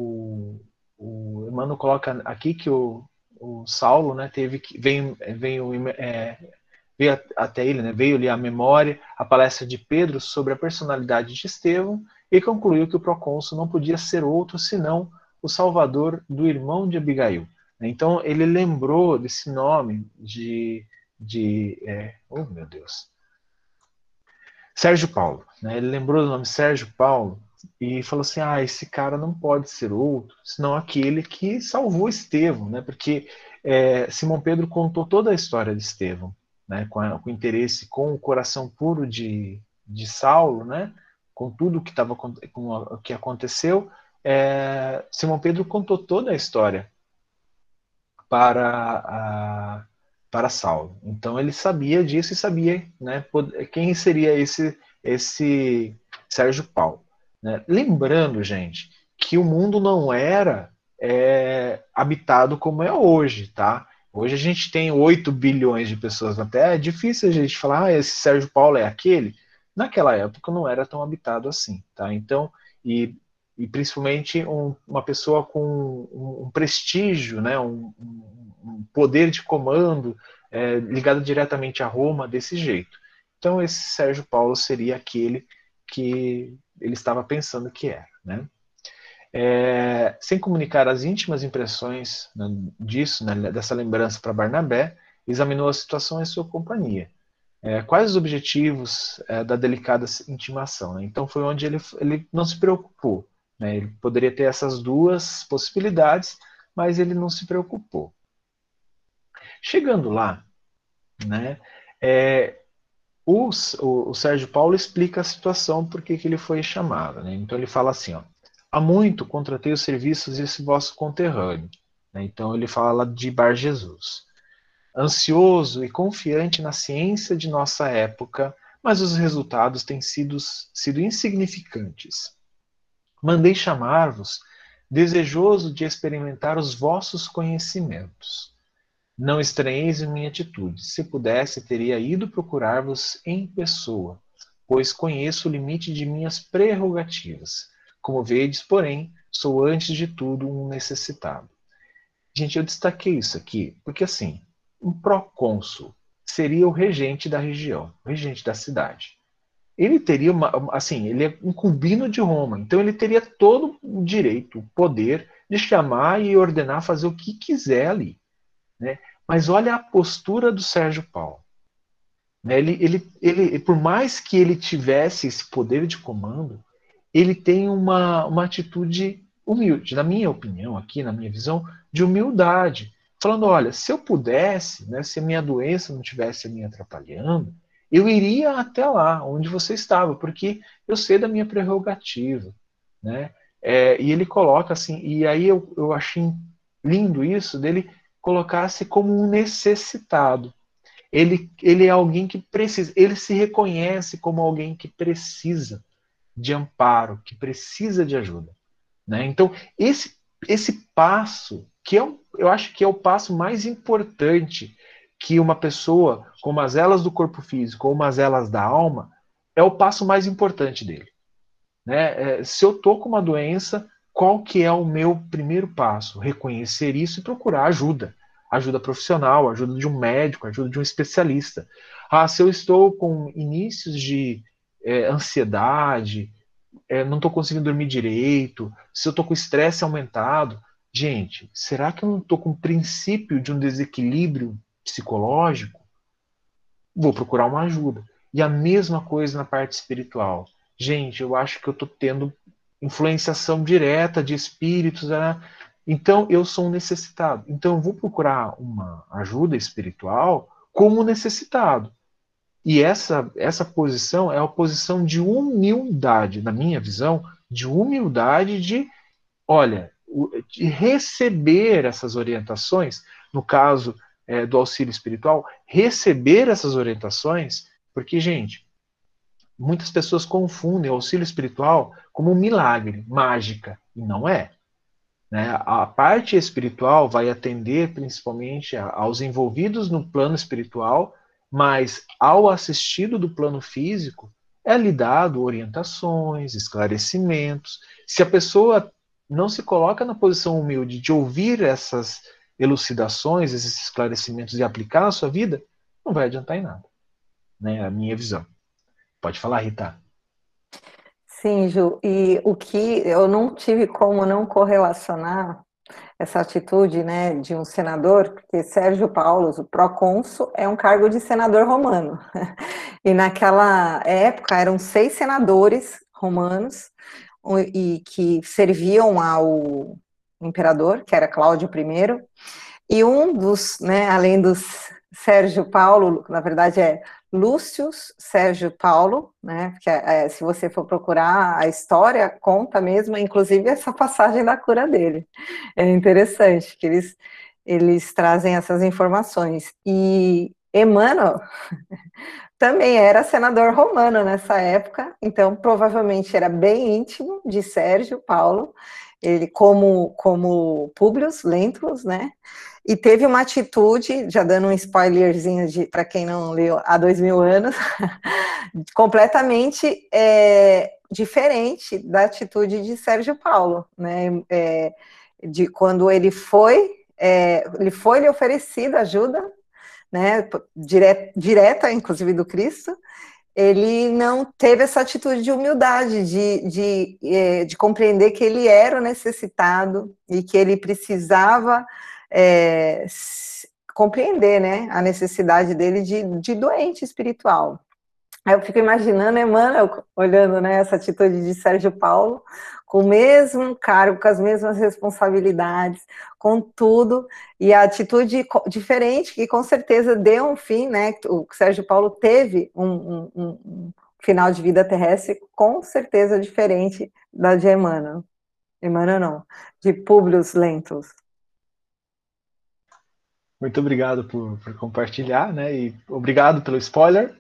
o Emmanuel coloca aqui que o Saulo, né, veio veio até ele, né, veio-lhe à memória a palestra de Pedro sobre a personalidade de Estevão e concluiu que o procônsul não podia ser outro senão o salvador do irmão de Abigail. Então ele lembrou desse nome oh meu Deus, Sérgio Paulo, né? Ele lembrou do nome Sérgio Paulo e falou assim, esse cara não pode ser outro, senão aquele que salvou Estevão, né? Porque Simão Pedro contou toda a história de Estevão, né? Com interesse, com o coração puro de Saulo, né? Com tudo que o que aconteceu, Simão Pedro contou toda a história para Saulo. Então ele sabia disso e sabia, né, quem seria esse Sérgio Paulo. Né? Lembrando, gente, que o mundo não era habitado como é hoje, tá? Hoje a gente tem 8 bilhões de pessoas na Terra, é difícil a gente falar, esse Sérgio Paulo é aquele. Naquela época não era tão habitado assim, tá? Então, e principalmente uma pessoa com um prestígio, né, um poder de comando ligado diretamente a Roma desse jeito. Então esse Sérgio Paulo seria aquele que ele estava pensando que era. Né? Sem comunicar as íntimas impressões, né, disso, né, dessa lembrança para Barnabé, examinou a situação em sua companhia. Quais os objetivos da delicada intimação? Né? Então foi onde ele não se preocupou. Né? Ele poderia ter essas duas possibilidades, mas ele não se preocupou. Chegando lá, né, o Sérgio Paulo explica a situação, por que ele foi chamado. Né? Então ele fala assim, há muito contratei os serviços desse vosso conterrâneo. Né? Então ele fala de Bar Jesus. Ansioso e confiante na ciência de nossa época, mas os resultados têm sido insignificantes. Mandei chamar-vos, desejoso de experimentar os vossos conhecimentos. Não estranheis em minha atitude. Se pudesse, teria ido procurar-vos em pessoa, pois conheço o limite de minhas prerrogativas. Como vedes, porém, sou antes de tudo um necessitado. Gente, eu destaquei isso aqui, porque assim, um procônsul seria o regente da região, o regente da cidade. Ele teria ele é incubino de Roma, então ele teria todo o direito, o poder de chamar e ordenar fazer o que quiser ali. Né? Mas olha a postura do Sérgio Paulo. Né? Ele, por mais que ele tivesse esse poder de comando, ele tem uma atitude humilde, na minha opinião, aqui na minha visão, de humildade. Falando, olha, se eu pudesse, né, se a minha doença não estivesse me atrapalhando, eu iria até lá, onde você estava, porque eu sei da minha prerrogativa. Né? E ele coloca assim, e aí eu achei lindo isso, dele colocar-se como um necessitado. Ele é alguém que precisa, ele se reconhece como alguém que precisa de amparo, que precisa de ajuda. Né? Então, esse passo, que eu acho que é o passo mais importante que uma pessoa com mazelas do corpo físico ou mazelas da alma, é o passo mais importante dele. Né? Se eu estou com uma doença, qual que é o meu primeiro passo? Reconhecer isso e procurar ajuda. Ajuda profissional, ajuda de um médico, ajuda de um especialista. Se eu estou com inícios de ansiedade, não estou conseguindo dormir direito, se eu estou com estresse aumentado, gente, será que eu não estou com o princípio de um desequilíbrio psicológico? Vou procurar uma ajuda. E a mesma coisa na parte espiritual. Gente, eu acho que eu estou tendo influenciação direta de espíritos, né? Então eu sou um necessitado. Então eu vou procurar uma ajuda espiritual como necessitado. E essa posição é a posição de humildade, na minha visão, de humildade olha, de receber essas orientações, no caso do auxílio espiritual, receber essas orientações, porque, gente, muitas pessoas confundem o auxílio espiritual como um milagre, mágica, e não é. Né? A parte espiritual vai atender principalmente aos envolvidos no plano espiritual, mas ao assistido do plano físico é lhe dado orientações, esclarecimentos. Se a pessoa não se coloca na posição humilde de ouvir essas elucidações, esses esclarecimentos e aplicar na sua vida, não vai adiantar em nada, né? A minha visão. Pode falar, Rita. Sim, Ju, e o que eu não tive como não correlacionar essa atitude, né, de um senador, porque Sérgio Paulo, o procônsul, é um cargo de senador romano. E naquela época eram 6 senadores romanos e que serviam ao imperador, que era Cláudio I, e um dos, né, além dos Sérgio Paulo, na verdade é Lúcio Sérgio Paulo, né, porque se você for procurar a história, conta mesmo, inclusive essa passagem da cura dele. É interessante que eles trazem essas informações. E Emmanuel também era senador romano nessa época, então provavelmente era bem íntimo de Sérgio Paulo, ele como Públio Lentulus, né? E teve uma atitude, já dando um spoilerzinho para quem não leu há 2000 anos, completamente diferente da atitude de Sérgio Paulo, né? De quando ele foi lhe oferecido ajuda, né, direta, inclusive do Cristo, ele não teve essa atitude de humildade, de compreender que ele era o necessitado e que ele precisava compreender, né, a necessidade dele de doente espiritual. Aí eu fico imaginando Emmanuel olhando, né, essa atitude de Sérgio Paulo, com o mesmo cargo, com as mesmas responsabilidades, com tudo, e a atitude diferente, que com certeza deu um fim, né? O Sérgio Paulo teve um final de vida terrestre com certeza diferente da de Emmanuel. Emmanuel não, de Públio Lentulus. Muito obrigado por compartilhar, né? E obrigado pelo spoiler.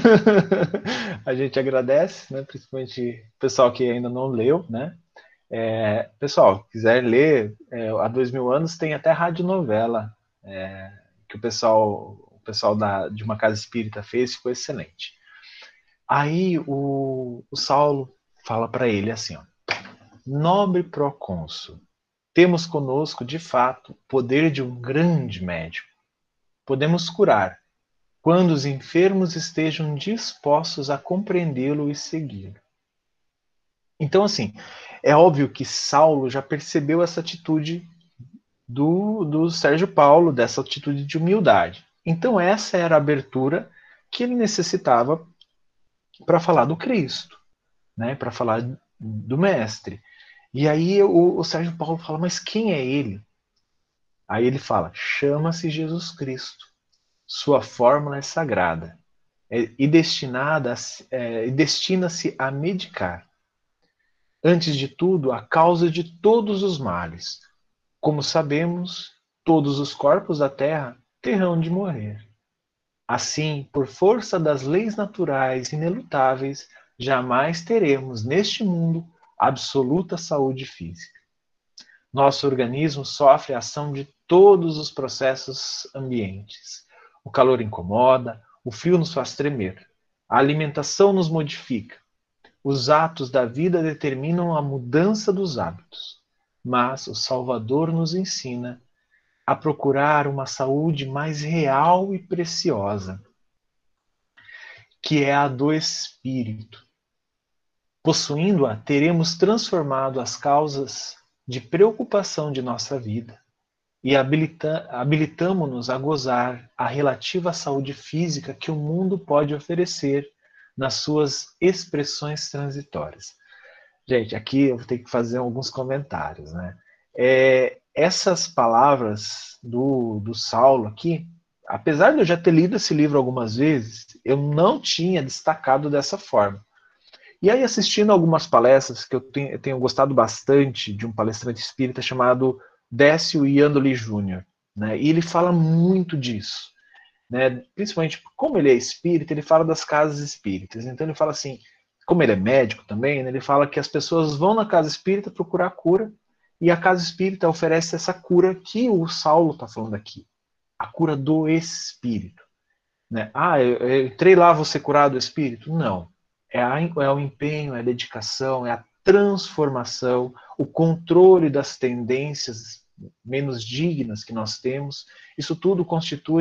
A gente agradece, né? Principalmente o pessoal que ainda não leu, né? Pessoal, quiser ler, há 2000 anos tem até radionovela que o pessoal de uma casa espírita fez, ficou excelente. Aí o Saulo fala para ele assim, ó, nobre procônsul, temos conosco, de fato, o poder de um grande médico. Podemos curar, quando os enfermos estejam dispostos a compreendê-lo e segui-lo. Então, assim, é óbvio que Saulo já percebeu essa atitude do Sérgio Paulo, dessa atitude de humildade. Então, essa era a abertura que ele necessitava para falar do Cristo, né? Para falar do Mestre. E aí o Sérgio Paulo fala, mas quem é ele? Aí ele fala, chama-se Jesus Cristo. Sua fórmula é sagrada e destina-se a medicar, antes de tudo, a causa de todos os males. Como sabemos, todos os corpos da terra terão de morrer. Assim, por força das leis naturais inelutáveis, jamais teremos neste mundo absoluta saúde física. Nosso organismo sofre a ação de todos os processos ambientes. O calor incomoda, o frio nos faz tremer, a alimentação nos modifica. Os atos da vida determinam a mudança dos hábitos, mas o Salvador nos ensina a procurar uma saúde mais real e preciosa, que é a do espírito. Possuindo-a, teremos transformado as causas de preocupação de nossa vida e habilitamo-nos a gozar a relativa saúde física que o mundo pode oferecer nas suas expressões transitórias. Gente, aqui eu vou ter que fazer alguns comentários, né? Essas palavras do Saulo aqui, apesar de eu já ter lido esse livro algumas vezes, eu não tinha destacado dessa forma. E aí, assistindo algumas palestras, que eu tenho gostado bastante de um palestrante espírita chamado Décio Iandoli Júnior, né? E ele fala muito disso, né? Principalmente como ele é espírita, ele fala das casas espíritas. Então ele fala assim, como ele é médico também, né? Ele fala que as pessoas vão na casa espírita procurar cura e a casa espírita oferece essa cura que o Saulo está falando aqui, a cura do espírito, né? Eu entrei lá, vou ser curado do espírito? Não. É o empenho, é a dedicação, é a transformação, o controle das tendências menos dignas que nós temos. Isso tudo constitui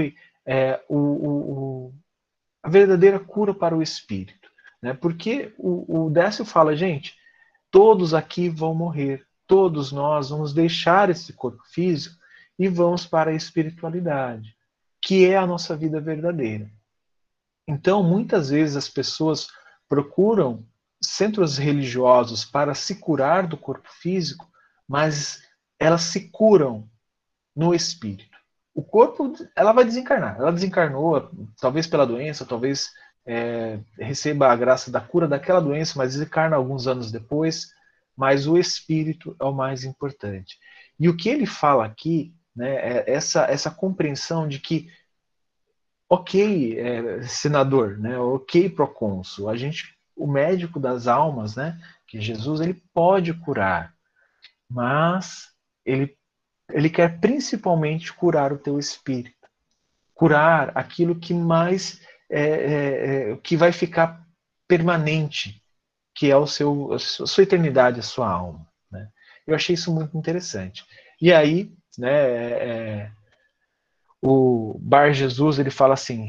a verdadeira cura para o espírito. Né? Porque o Décio fala, gente, todos aqui vão morrer, todos nós vamos deixar esse corpo físico e vamos para a espiritualidade, que é a nossa vida verdadeira. Então, muitas vezes as pessoas procuram centros religiosos para se curar do corpo físico, mas elas se curam no espírito. O corpo, ela vai desencarnar. Ela desencarnou, talvez pela doença, talvez receba a graça da cura daquela doença, mas desencarna alguns anos depois. Mas o espírito é o mais importante. E o que ele fala aqui, né, é essa compreensão de que, ok, senador, né, ok, procônsul, o médico das almas, né, que Jesus, ele pode curar, mas ele quer principalmente curar o teu espírito, curar aquilo que mais que vai ficar permanente, que é a sua eternidade, a sua alma. Né? Eu achei isso muito interessante. E aí, né, o Bar Jesus, ele fala assim,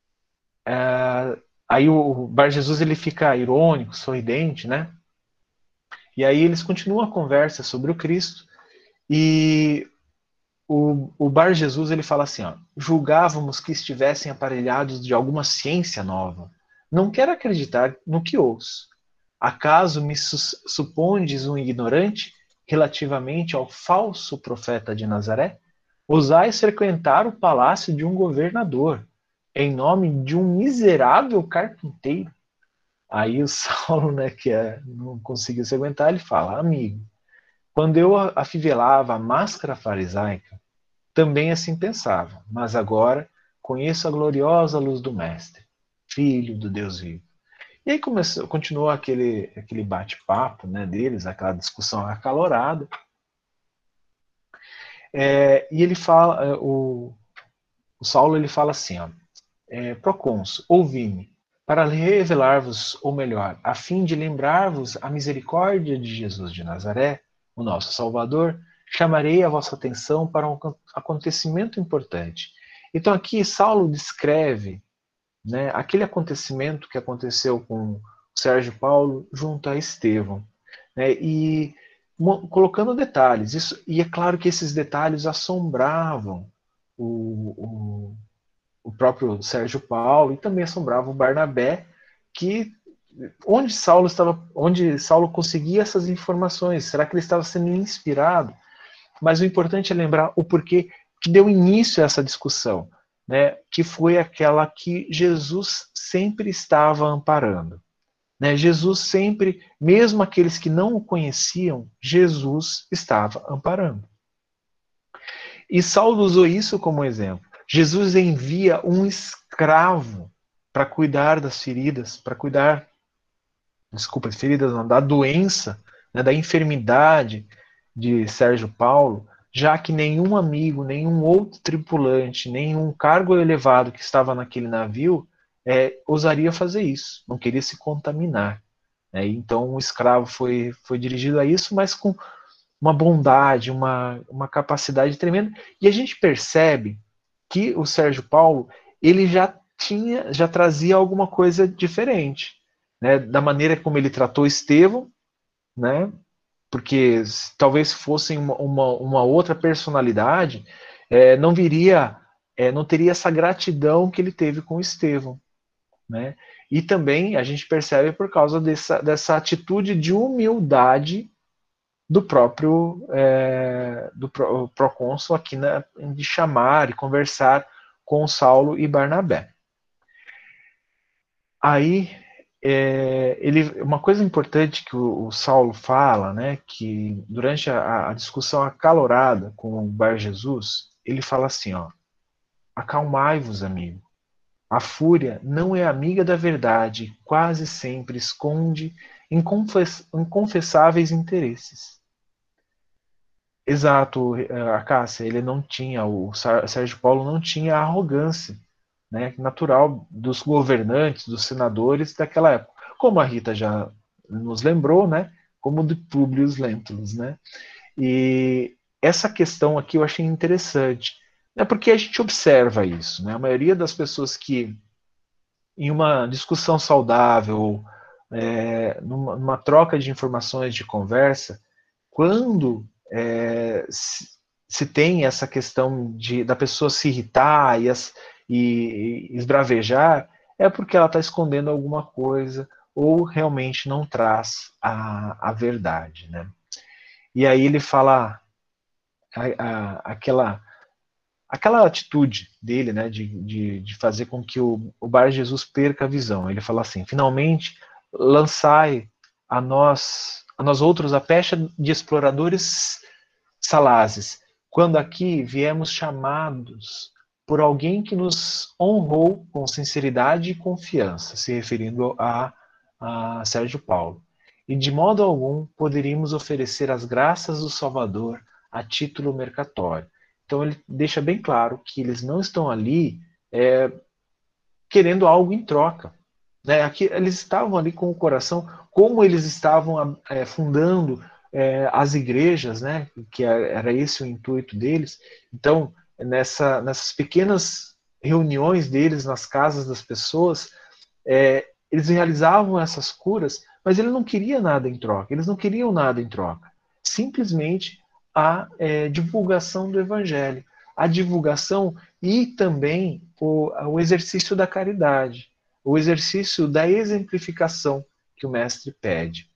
aí o Bar Jesus, ele fica irônico, sorridente, né? E aí eles continuam a conversa sobre o Cristo, e o Bar Jesus, ele fala assim, ó, julgávamos que estivessem aparelhados de alguma ciência nova. Não quero acreditar no que ouço. Acaso me supondes um ignorante relativamente ao falso profeta de Nazaré? Ousais frequentar o palácio de um governador, em nome de um miserável carpinteiro. Aí o Saulo, né, não conseguiu se aguentar, ele fala, amigo, quando eu afivelava a máscara farisaica, também assim pensava, mas agora conheço a gloriosa luz do Mestre, Filho do Deus vivo. E aí continuou aquele bate-papo, né, deles, aquela discussão acalorada. E ele fala, o Saulo, ele fala assim, ó, procônsul, ouvi-me, para revelar-vos, ou melhor, a fim de lembrar-vos a misericórdia de Jesus de Nazaré, o nosso Salvador, chamarei a vossa atenção para um acontecimento importante. Então aqui Saulo descreve, né, aquele acontecimento que aconteceu com o Sérgio Paulo junto a Estevão, né, e colocando detalhes. E é claro que esses detalhes assombravam o próprio Sérgio Paulo e também assombravam o Barnabé, que onde Saulo conseguia essas informações? Será que ele estava sendo inspirado? Mas o importante é lembrar o porquê que deu início a essa discussão, né, que foi aquela que Jesus sempre estava amparando. Né? Jesus sempre, mesmo aqueles que não o conheciam, Jesus estava amparando. E Saulo usou isso como exemplo. Jesus envia um escravo para cuidar das feridas, feridas não, da doença, né, da enfermidade de Sérgio Paulo, já que nenhum amigo, nenhum outro tripulante, nenhum cargo elevado que estava naquele navio ousaria fazer isso, não queria se contaminar. Né? Então o escravo foi dirigido a isso, mas com uma bondade, uma capacidade tremenda. E a gente percebe que o Sérgio Paulo, ele já trazia alguma coisa diferente, né? Da maneira como ele tratou Estevão, né? Porque talvez fosse uma outra personalidade, não teria essa gratidão que ele teve com Estevão, né? E também a gente percebe por causa dessa atitude de humildade do próprio procônsul aqui, de chamar e conversar com Saulo e Barnabé. Aí, uma coisa importante que o Saulo fala, né, que durante a discussão acalorada com o Bar Jesus, ele fala assim, ó, acalmai-vos, amigo. A fúria não é amiga da verdade, quase sempre esconde inconfessáveis interesses. Exato, a Cássia, o Sérgio Paulo não tinha a arrogância, né, natural dos governantes, dos senadores daquela época. Como a Rita já nos lembrou, né, como de Públio Lentulus, né? E essa questão aqui eu achei interessante, É porque a gente observa isso, né? A maioria das pessoas que, em uma discussão saudável, numa troca de informações, de conversa, quando se tem essa questão da pessoa se irritar e esbravejar, é porque ela está escondendo alguma coisa ou realmente não traz a verdade, né? E aí ele fala aquela atitude dele, né, de fazer com que o Bar Jesus perca a visão. Ele fala assim: finalmente lançai a nós outros a pecha de exploradores salazes, quando aqui viemos chamados por alguém que nos honrou com sinceridade e confiança, se referindo a Sérgio Paulo. E de modo algum poderíamos oferecer as graças do Salvador a título mercatório. Então ele deixa bem claro que eles não estão ali querendo algo em troca. Né? Aqui, eles estavam ali com o coração, como eles estavam fundando as igrejas, né? Que era esse o intuito deles. Então, nessas pequenas reuniões deles nas casas das pessoas, eles realizavam essas curas, mas ele não queria nada em troca, eles não queriam nada em troca. Simplesmente a divulgação do evangelho, a divulgação e também o exercício da caridade, o exercício da exemplificação que o mestre pede.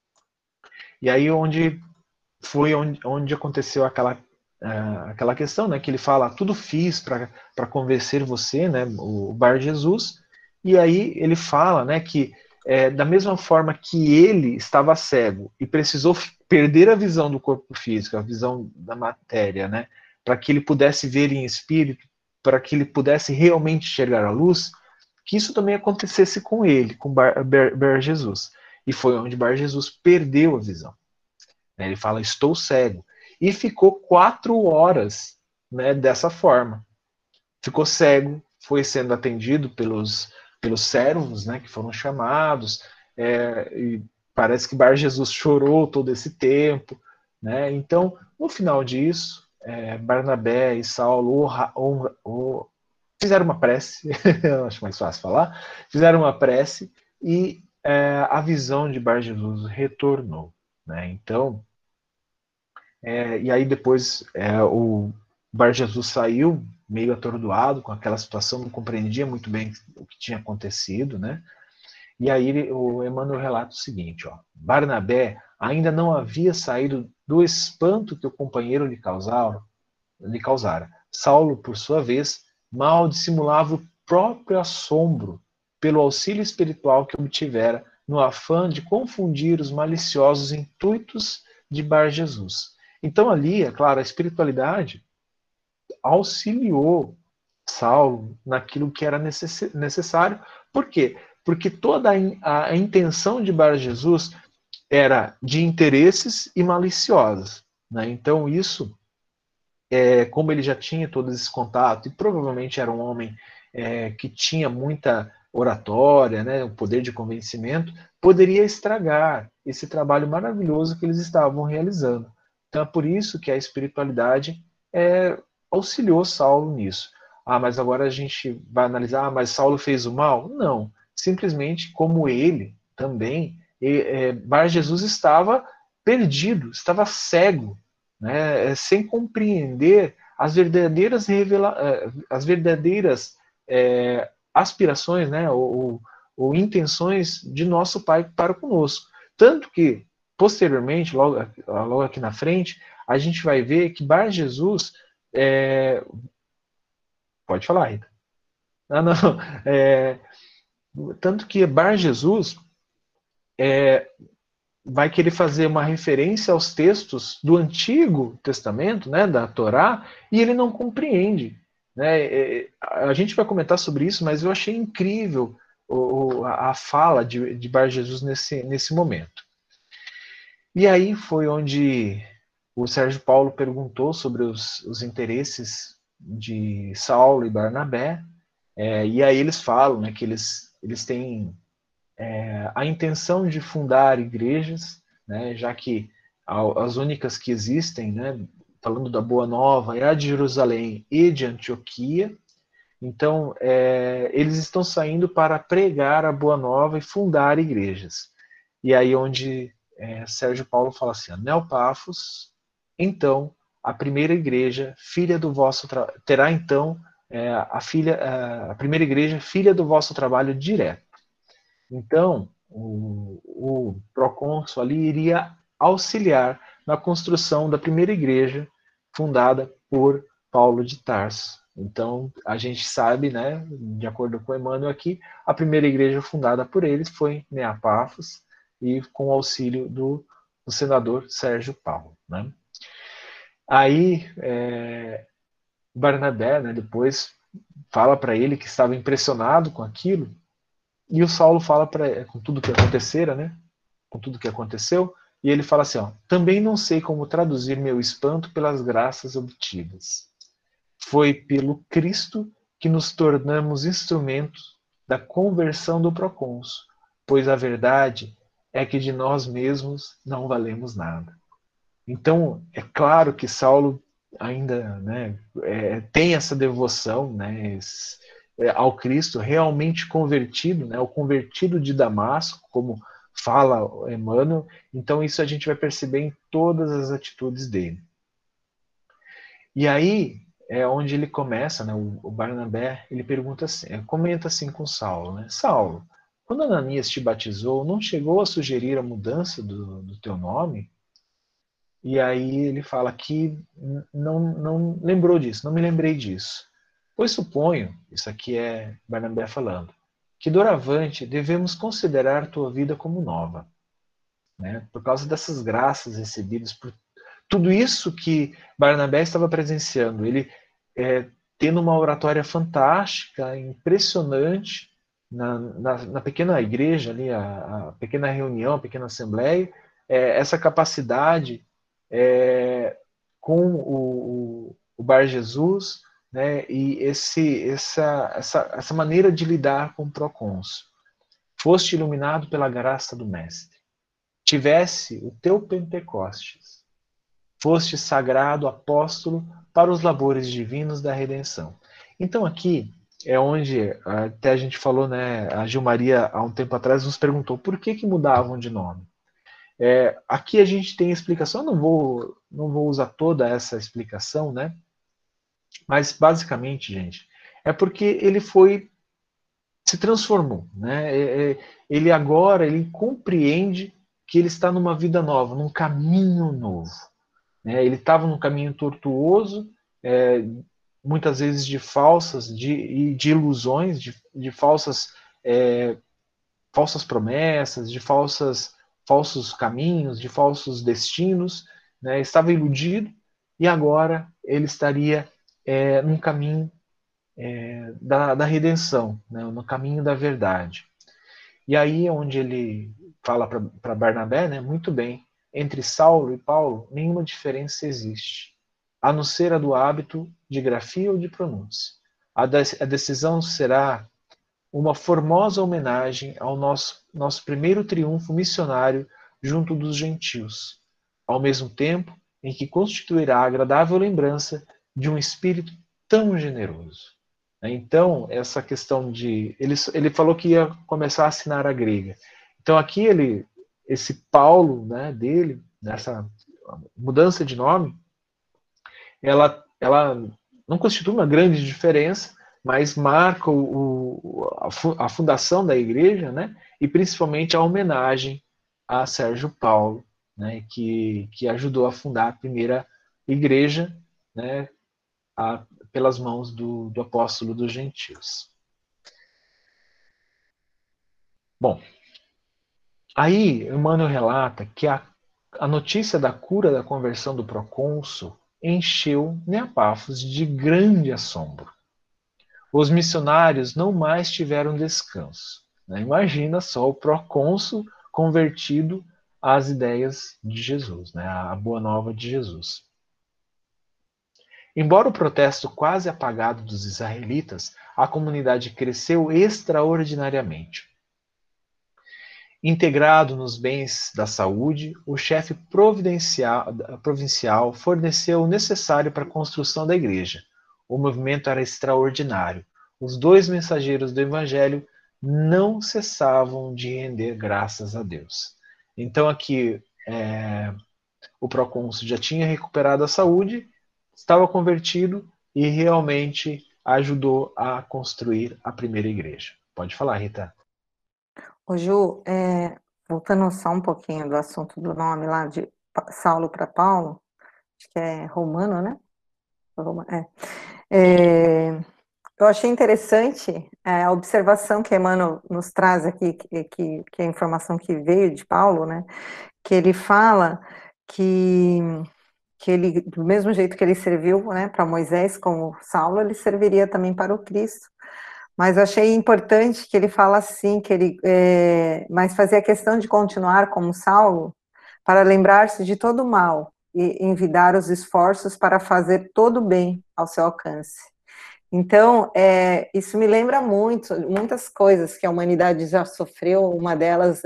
E aí onde aconteceu aquela questão, né, que ele fala: tudo fiz para convencer você, né, o Bar Jesus. E aí ele fala, né, que da mesma forma que ele estava cego e precisou perder a visão do corpo físico, a visão da matéria, né, para que ele pudesse ver em espírito, para que ele pudesse realmente enxergar a luz, que isso também acontecesse com ele, com Bar Jesus. E foi onde Bar Jesus perdeu a visão. Ele fala: estou cego. E ficou 4 horas, né, dessa forma. Ficou cego, foi sendo atendido pelos servos, né, que foram chamados, e parece que Bar Jesus chorou todo esse tempo. Né? Então, no final disso, Barnabé e Saulo fizeram uma prece, eu acho mais fácil falar, fizeram uma prece e a visão de Bar Jesus retornou. Né? Então, e aí depois o Bar Jesus saiu meio atordoado com aquela situação, não compreendia muito bem o que tinha acontecido, né? E aí o Emmanuel relata o seguinte: Barnabé ainda não havia saído do espanto que o companheiro lhe causara. Saulo, por sua vez, mal dissimulava o próprio assombro pelo auxílio espiritual que obtivera no afã de confundir os maliciosos intuitos de Bar Jesus. Então ali, é claro, a espiritualidade auxiliou Saulo naquilo que era necessário. Por quê? Porque toda a intenção de Bar Jesus era de interesses e maliciosos. Né? Então isso, como ele já tinha todo esse contato, e provavelmente era um homem que tinha muita oratória, né, o poder de convencimento, poderia estragar esse trabalho maravilhoso que eles estavam realizando. Então é por isso que a espiritualidade auxiliou Saulo nisso. Mas agora a gente vai analisar, mas Saulo fez o mal? Não. Simplesmente, como ele também, Bar Jesus estava perdido, estava cego, né, sem compreender as verdadeiras aspirações, né, ou intenções de nosso Pai para conosco. Tanto que, posteriormente, logo aqui na frente, a gente vai ver que Bar Jesus... Pode falar, Rita. Não. Tanto que Bar Jesus vai querer fazer uma referência aos textos do Antigo Testamento, né, da Torá, e ele não compreende. Né? A gente vai comentar sobre isso, mas eu achei incrível a fala de Bar Jesus nesse momento. E aí foi onde o Sérgio Paulo perguntou sobre os interesses de Saulo e Barnabé, e aí eles falam, né, que eles têm a intenção de fundar igrejas, né, já que as únicas que existem, né, falando da Boa Nova, é a de Jerusalém e de Antioquia. Então, eles estão saindo para pregar a Boa Nova e fundar igrejas. E aí onde Sérgio Paulo fala assim, Neopafos, então, a primeira igreja, filha do vosso terá então a primeira igreja, filha do vosso trabalho direto. Então, o procônsul ali iria auxiliar na construção da primeira igreja fundada por Paulo de Tarso. Então, a gente sabe, né, de acordo com Emmanuel aqui, a primeira igreja fundada por eles foi Neopafos, e com o auxílio do senador Sérgio Paulo. Né? Aí, Barnabé, né, depois fala para ele que estava impressionado com aquilo, e o Saulo fala com tudo que acontecera, né, com tudo que aconteceu, e ele fala assim, ó, também não sei como traduzir meu espanto pelas graças obtidas. Foi pelo Cristo que nos tornamos instrumentos da conversão do procônsul, pois a verdade é que de nós mesmos não valemos nada. Então, é claro que Saulo ainda, né, tem essa devoção, né, ao Cristo, realmente convertido, né, o convertido de Damasco, como fala Emmanuel. Então, isso a gente vai perceber em todas as atitudes dele. E aí é onde ele começa, né, o Barnabé, ele pergunta assim, comenta assim com Saulo, né, Saulo, quando Ananias te batizou, não chegou a sugerir a mudança do teu nome? E aí ele fala que não lembrou disso, não me lembrei disso. Pois suponho, isso aqui é Barnabé falando, que doravante devemos considerar tua vida como nova, né? Por causa dessas graças recebidas, por tudo isso que Barnabé estava presenciando, ele tendo uma oratória fantástica, impressionante, na pequena igreja, ali, a pequena reunião, a pequena assembleia, essa capacidade com o Bar Jesus, né, e essa maneira de lidar com o procônsul. Foste iluminado pela graça do Mestre. Tivesse o teu Pentecostes. Foste sagrado apóstolo para os labores divinos da redenção. Então aqui é onde até a gente falou, né, a Gilmaria há um tempo atrás nos perguntou por que mudavam de nome. Aqui a gente tem explicação, não vou usar toda essa explicação, né? Mas basicamente, gente, é porque ele se transformou, né? Ele compreende que ele está numa vida nova, num caminho novo. Né? Ele estava num caminho tortuoso, muitas vezes de de ilusões, de falsas promessas, de falsos caminhos, de falsos destinos, né? Estava iludido e agora ele estaria num caminho da redenção, né? No caminho da verdade. E aí é onde ele fala para Barnabé, né? Muito bem, entre Saulo e Paulo, nenhuma diferença existe, a não ser a do hábito de grafia ou de pronúncia. A decisão será uma formosa homenagem ao nosso primeiro triunfo missionário junto dos gentios, ao mesmo tempo em que constituirá a agradável lembrança de um espírito tão generoso. Então, essa questão de... Ele falou que ia começar a assinar a grega. Então, aqui esse Paulo, né, dele, nessa mudança de nome, ela não constitui uma grande diferença, mas marca a fundação da igreja, né, e principalmente a homenagem a Sérgio Paulo, né, que ajudou a fundar a primeira igreja, né, pelas mãos do apóstolo dos gentios. Bom, aí Emmanuel relata que a notícia da cura da conversão do procônsul encheu Neopafos de grande assombro. Os missionários não mais tiveram descanso. Né? Imagina só o procônsul convertido às ideias de Jesus, né? À boa nova de Jesus. Embora o protesto quase apagado dos israelitas, a comunidade cresceu extraordinariamente. Integrado nos bens da saúde, o chefe provincial forneceu o necessário para a construção da igreja. O movimento era extraordinário. Os dois mensageiros do evangelho não cessavam de render graças a Deus. Então aqui o procônsul já tinha recuperado a saúde, estava convertido e realmente ajudou a construir a primeira igreja. Pode falar, Rita. Ô Ju, voltando só um pouquinho do assunto do nome lá de Saulo para Paulo, acho que é romano, né? Eu achei interessante a observação que Emmanuel nos traz aqui, que é a informação que veio de Paulo, né? Que ele fala que ele, do mesmo jeito que ele serviu, né, para Moisés como Saulo, ele serviria também para o Cristo. Mas achei importante que ele fala assim, que ele, mas fazia questão de continuar como Saulo para lembrar-se de todo o mal e envidar os esforços para fazer todo o bem ao seu alcance. Então, isso me lembra muitas coisas que a humanidade já sofreu. Uma delas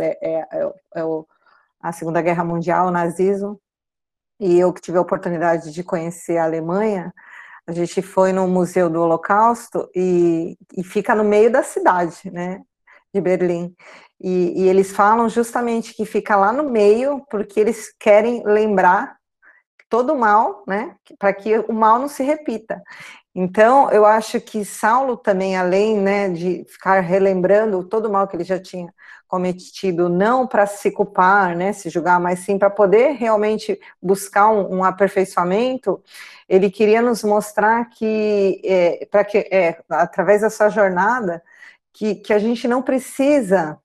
a Segunda Guerra Mundial, o nazismo, e eu que tive a oportunidade de conhecer a Alemanha. A gente foi no Museu do Holocausto e fica no meio da cidade, né, de Berlim. E eles falam justamente que fica lá no meio porque eles querem lembrar todo o mal, né, para que o mal não se repita. Então, eu acho que Saulo também, além, né, de ficar relembrando todo o mal que ele já tinha cometido, não para se culpar, né, se julgar, mas sim para poder realmente buscar um aperfeiçoamento, ele queria nos mostrar que, através dessa jornada, que a gente não precisa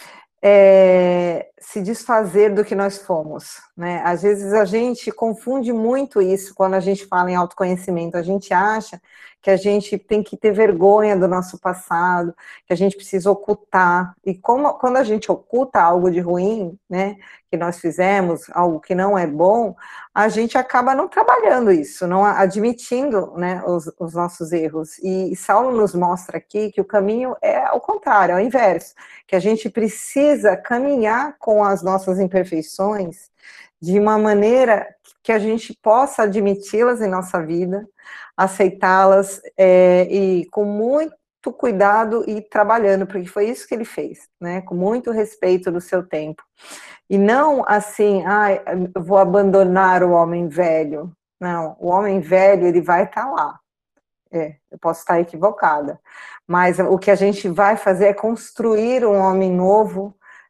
se desfazer do que nós fomos, né? Às vezes a gente confunde muito isso quando a gente fala em autoconhecimento. A gente acha que a gente tem que ter vergonha do nosso passado, que a gente precisa ocultar. E quando a gente oculta algo de ruim, né, que nós fizemos, algo que não é bom, a gente acaba não trabalhando isso, não admitindo, né, os nossos erros. E Saulo nos mostra aqui que o caminho é ao contrário, é o inverso, que a gente precisa caminhar com as nossas imperfeições de uma maneira que a gente possa admiti-las em nossa vida, aceitá-las e com muito cuidado e trabalhando, porque foi isso que ele fez, né, com muito respeito do seu tempo. E não assim, eu vou abandonar o homem velho. Não, o homem velho, ele vai estar lá. Eu posso estar equivocada. Mas o que a gente vai fazer é construir um homem novo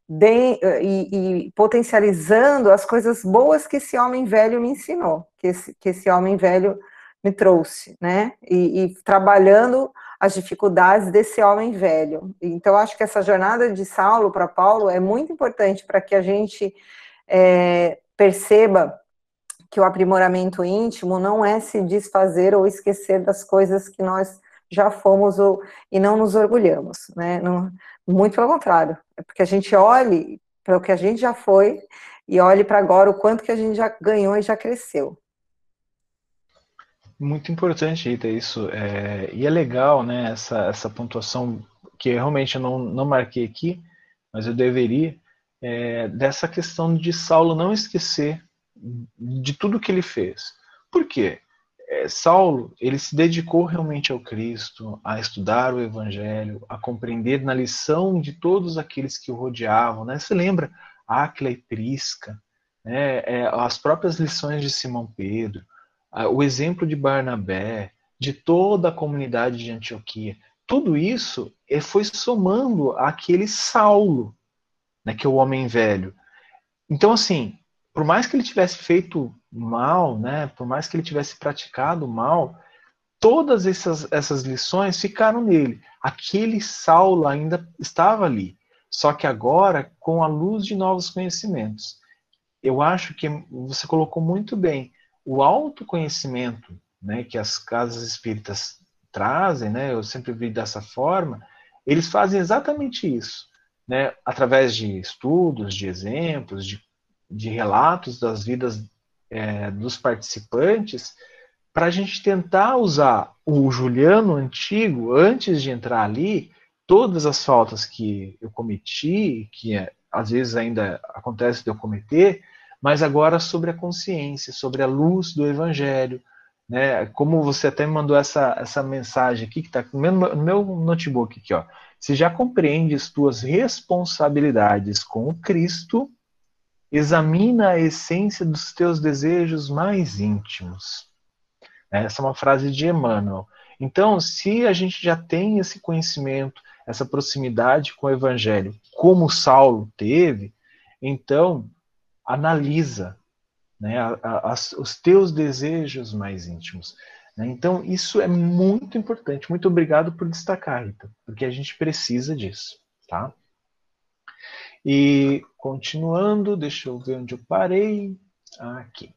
e potencializando as coisas boas que esse homem velho me ensinou, que esse homem velho me trouxe, né? E trabalhando as dificuldades desse homem velho. Então, acho que essa jornada de Saulo para Paulo é muito importante para que a gente perceba que o aprimoramento íntimo não é se desfazer ou esquecer das coisas que nós já fomos e não nos orgulhamos, né? Não, muito pelo contrário, é porque a gente olhe para o que a gente já foi e olhe para agora o quanto que a gente já ganhou e já cresceu. Muito importante, Rita, isso. E é legal, né, essa pontuação que realmente eu não marquei aqui, mas eu deveria, dessa questão de Saulo não esquecer de tudo que ele fez. Por quê? Saulo, ele se dedicou realmente ao Cristo, a estudar o Evangelho, a compreender na lição de todos aqueles que o rodeavam, né? Você lembra Áquila e Prisca, né? As próprias lições de Simão Pedro, o exemplo de Barnabé, de toda a comunidade de Antioquia. Tudo isso foi somando aquele Saulo, né, que é o homem velho. Então, assim, por mais que ele tivesse feito mal, né, por mais que ele tivesse praticado mal, todas essas lições ficaram nele. Aquele Saulo ainda estava ali, só que agora com a luz de novos conhecimentos. Eu acho que você colocou muito bem. O autoconhecimento, né, que as casas espíritas trazem, né, eu sempre vi dessa forma, eles fazem exatamente isso, né, através de estudos, de exemplos, de relatos das vidas dos participantes, para a gente tentar usar o Juliano antigo, antes de entrar ali, todas as faltas que eu cometi, que às vezes ainda acontece de eu cometer, mas agora sobre a consciência, sobre a luz do Evangelho, né? Como você até me mandou essa mensagem aqui, que está no meu notebook aqui, ó. Se já compreendes tuas responsabilidades com o Cristo, examina a essência dos teus desejos mais íntimos. Essa é uma frase de Emmanuel. Então, se a gente já tem esse conhecimento, essa proximidade com o Evangelho, como Saulo teve, então analisa, né, os teus desejos mais íntimos. Né? Então, isso é muito importante. Muito obrigado por destacar, Rita, porque a gente precisa disso. Tá? E continuando, deixa eu ver onde eu parei. Aqui.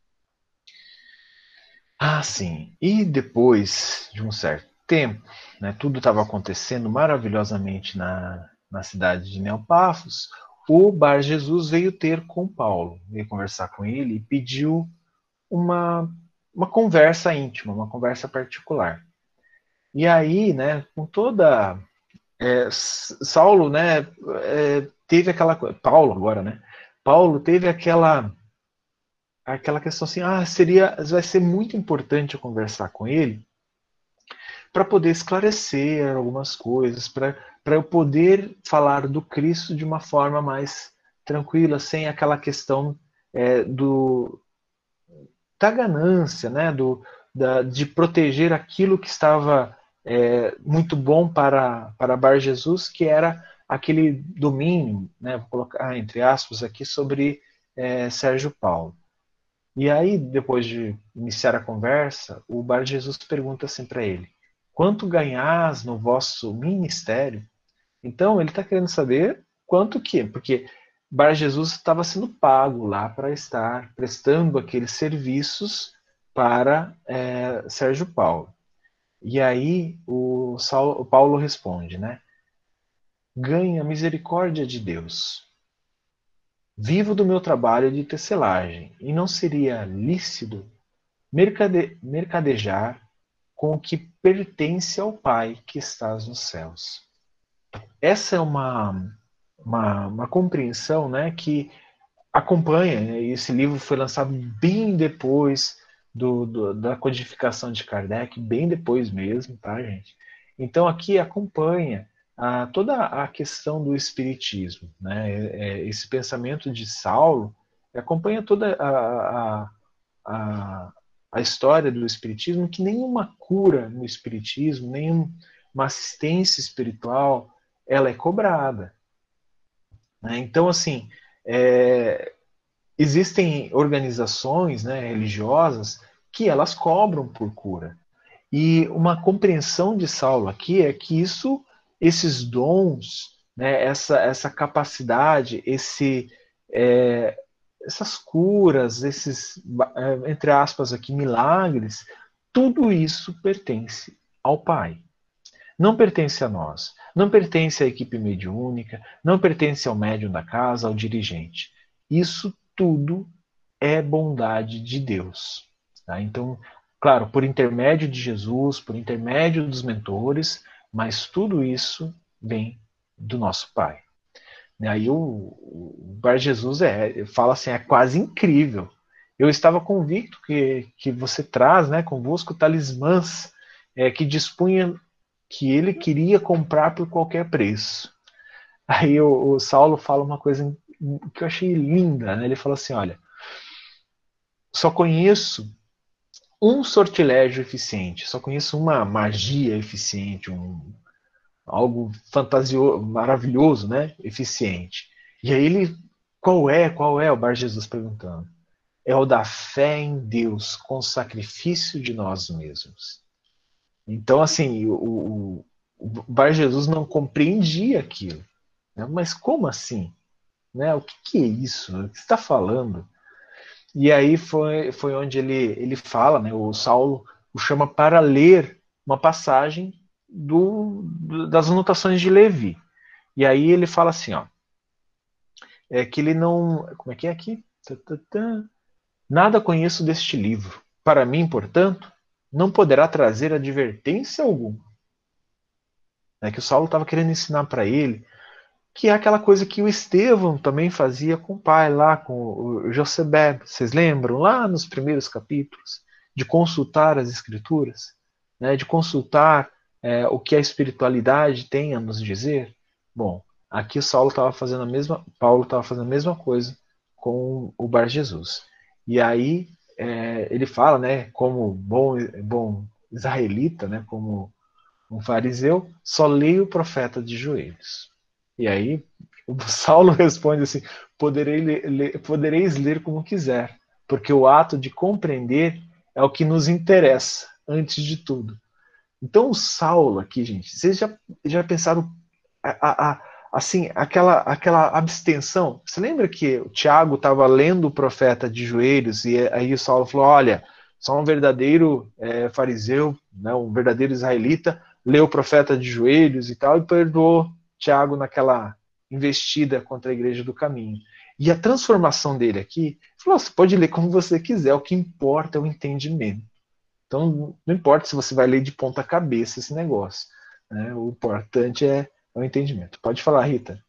Ah, sim. E depois de um certo tempo, né, tudo estava acontecendo maravilhosamente na cidade de Neopafos, o Bar Jesus veio ter com Paulo, veio conversar com ele e pediu uma conversa íntima, uma conversa particular. E aí, né, com toda... Saulo, né, teve aquela... Paulo agora, né? Paulo teve aquela questão assim, vai ser muito importante eu conversar com ele para poder esclarecer algumas coisas, para eu poder falar do Cristo de uma forma mais tranquila, sem aquela questão da ganância, né, de proteger aquilo que estava muito bom para Bar Jesus, que era aquele domínio, né, vou colocar entre aspas aqui, sobre Sérgio Paulo. E aí, depois de iniciar a conversa, o Bar Jesus pergunta assim para ele: quanto ganhás no vosso ministério? Então, ele está querendo saber quanto que, porque Bar Jesus estava sendo pago lá para estar prestando aqueles serviços para Sérgio Paulo. E aí, o Paulo responde, né? Ganha misericórdia de Deus. Vivo do meu trabalho de tecelagem, e não seria lícito mercadejar com o que pertence ao Pai que estás nos céus. Essa é uma compreensão, né, que acompanha, né, e esse livro foi lançado bem depois da codificação de Kardec, bem depois mesmo, tá, gente? Então aqui acompanha toda a questão do espiritismo, né? Esse pensamento de Saulo acompanha toda a história do espiritismo, que nenhuma cura no espiritismo, nenhuma assistência espiritual, ela é cobrada. Né? Então, assim, existem organizações, né, religiosas que elas cobram por cura. E uma compreensão de Saulo aqui é que esses dons, né, essa capacidade, essas curas, esses, entre aspas aqui, milagres, tudo isso pertence ao Pai. Não pertence a nós, não pertence à equipe mediúnica, não pertence ao médium da casa, ao dirigente. Isso tudo é bondade de Deus. Tá? Então, claro, por intermédio de Jesus, por intermédio dos mentores, mas tudo isso vem do nosso Pai. Aí o Bar Jesus fala assim, é quase incrível. Eu estava convicto que você traz, né, convosco talismãs que dispunha que ele queria comprar por qualquer preço. Aí o Saulo fala uma coisa que eu achei linda, né? Ele fala assim, olha, só conheço um sortilégio eficiente, só conheço uma magia eficiente, algo fantasioso, maravilhoso, né? Eficiente. E aí qual é o Bar Jesus perguntando? É o da fé em Deus com sacrifício de nós mesmos. Então, assim, o Bar Jesus não compreendia aquilo. Né? Mas como assim? Né? O que é isso? O que você está falando? E aí foi onde ele fala, né? O Saulo o chama para ler uma passagem das anotações de Levi. E aí ele fala assim, ó, que ele não... Como é que é aqui? Nada conheço deste livro. Para mim, portanto, não poderá trazer advertência alguma. É que o Saulo estava querendo ensinar para ele que é aquela coisa que o Estevão também fazia com o pai, lá com o Josebed, vocês lembram? Lá nos primeiros capítulos, de consultar as escrituras, né, de consultar o que a espiritualidade tem a nos dizer. Bom, aqui Paulo estava fazendo a mesma coisa com o Bar Jesus. E aí ele fala, né, como bom israelita, né, como um fariseu, só leia o profeta de joelhos. E aí o Saulo responde assim: podereis ler como quiser, porque o ato de compreender é o que nos interessa, antes de tudo. Então o Saulo aqui, gente, vocês já pensaram assim, aquela abstenção? Você lembra que o Tiago estava lendo o profeta de joelhos e aí o Saulo falou: olha, só um verdadeiro fariseu, né, um verdadeiro israelita, leu o profeta de joelhos e tal, e perdoou Tiago naquela investida contra a igreja do caminho. E a transformação dele aqui, falou: você pode ler como você quiser, o que importa é o entendimento. Então, não importa se você vai ler de ponta cabeça esse negócio, né? O importante é o entendimento. Pode falar, Rita.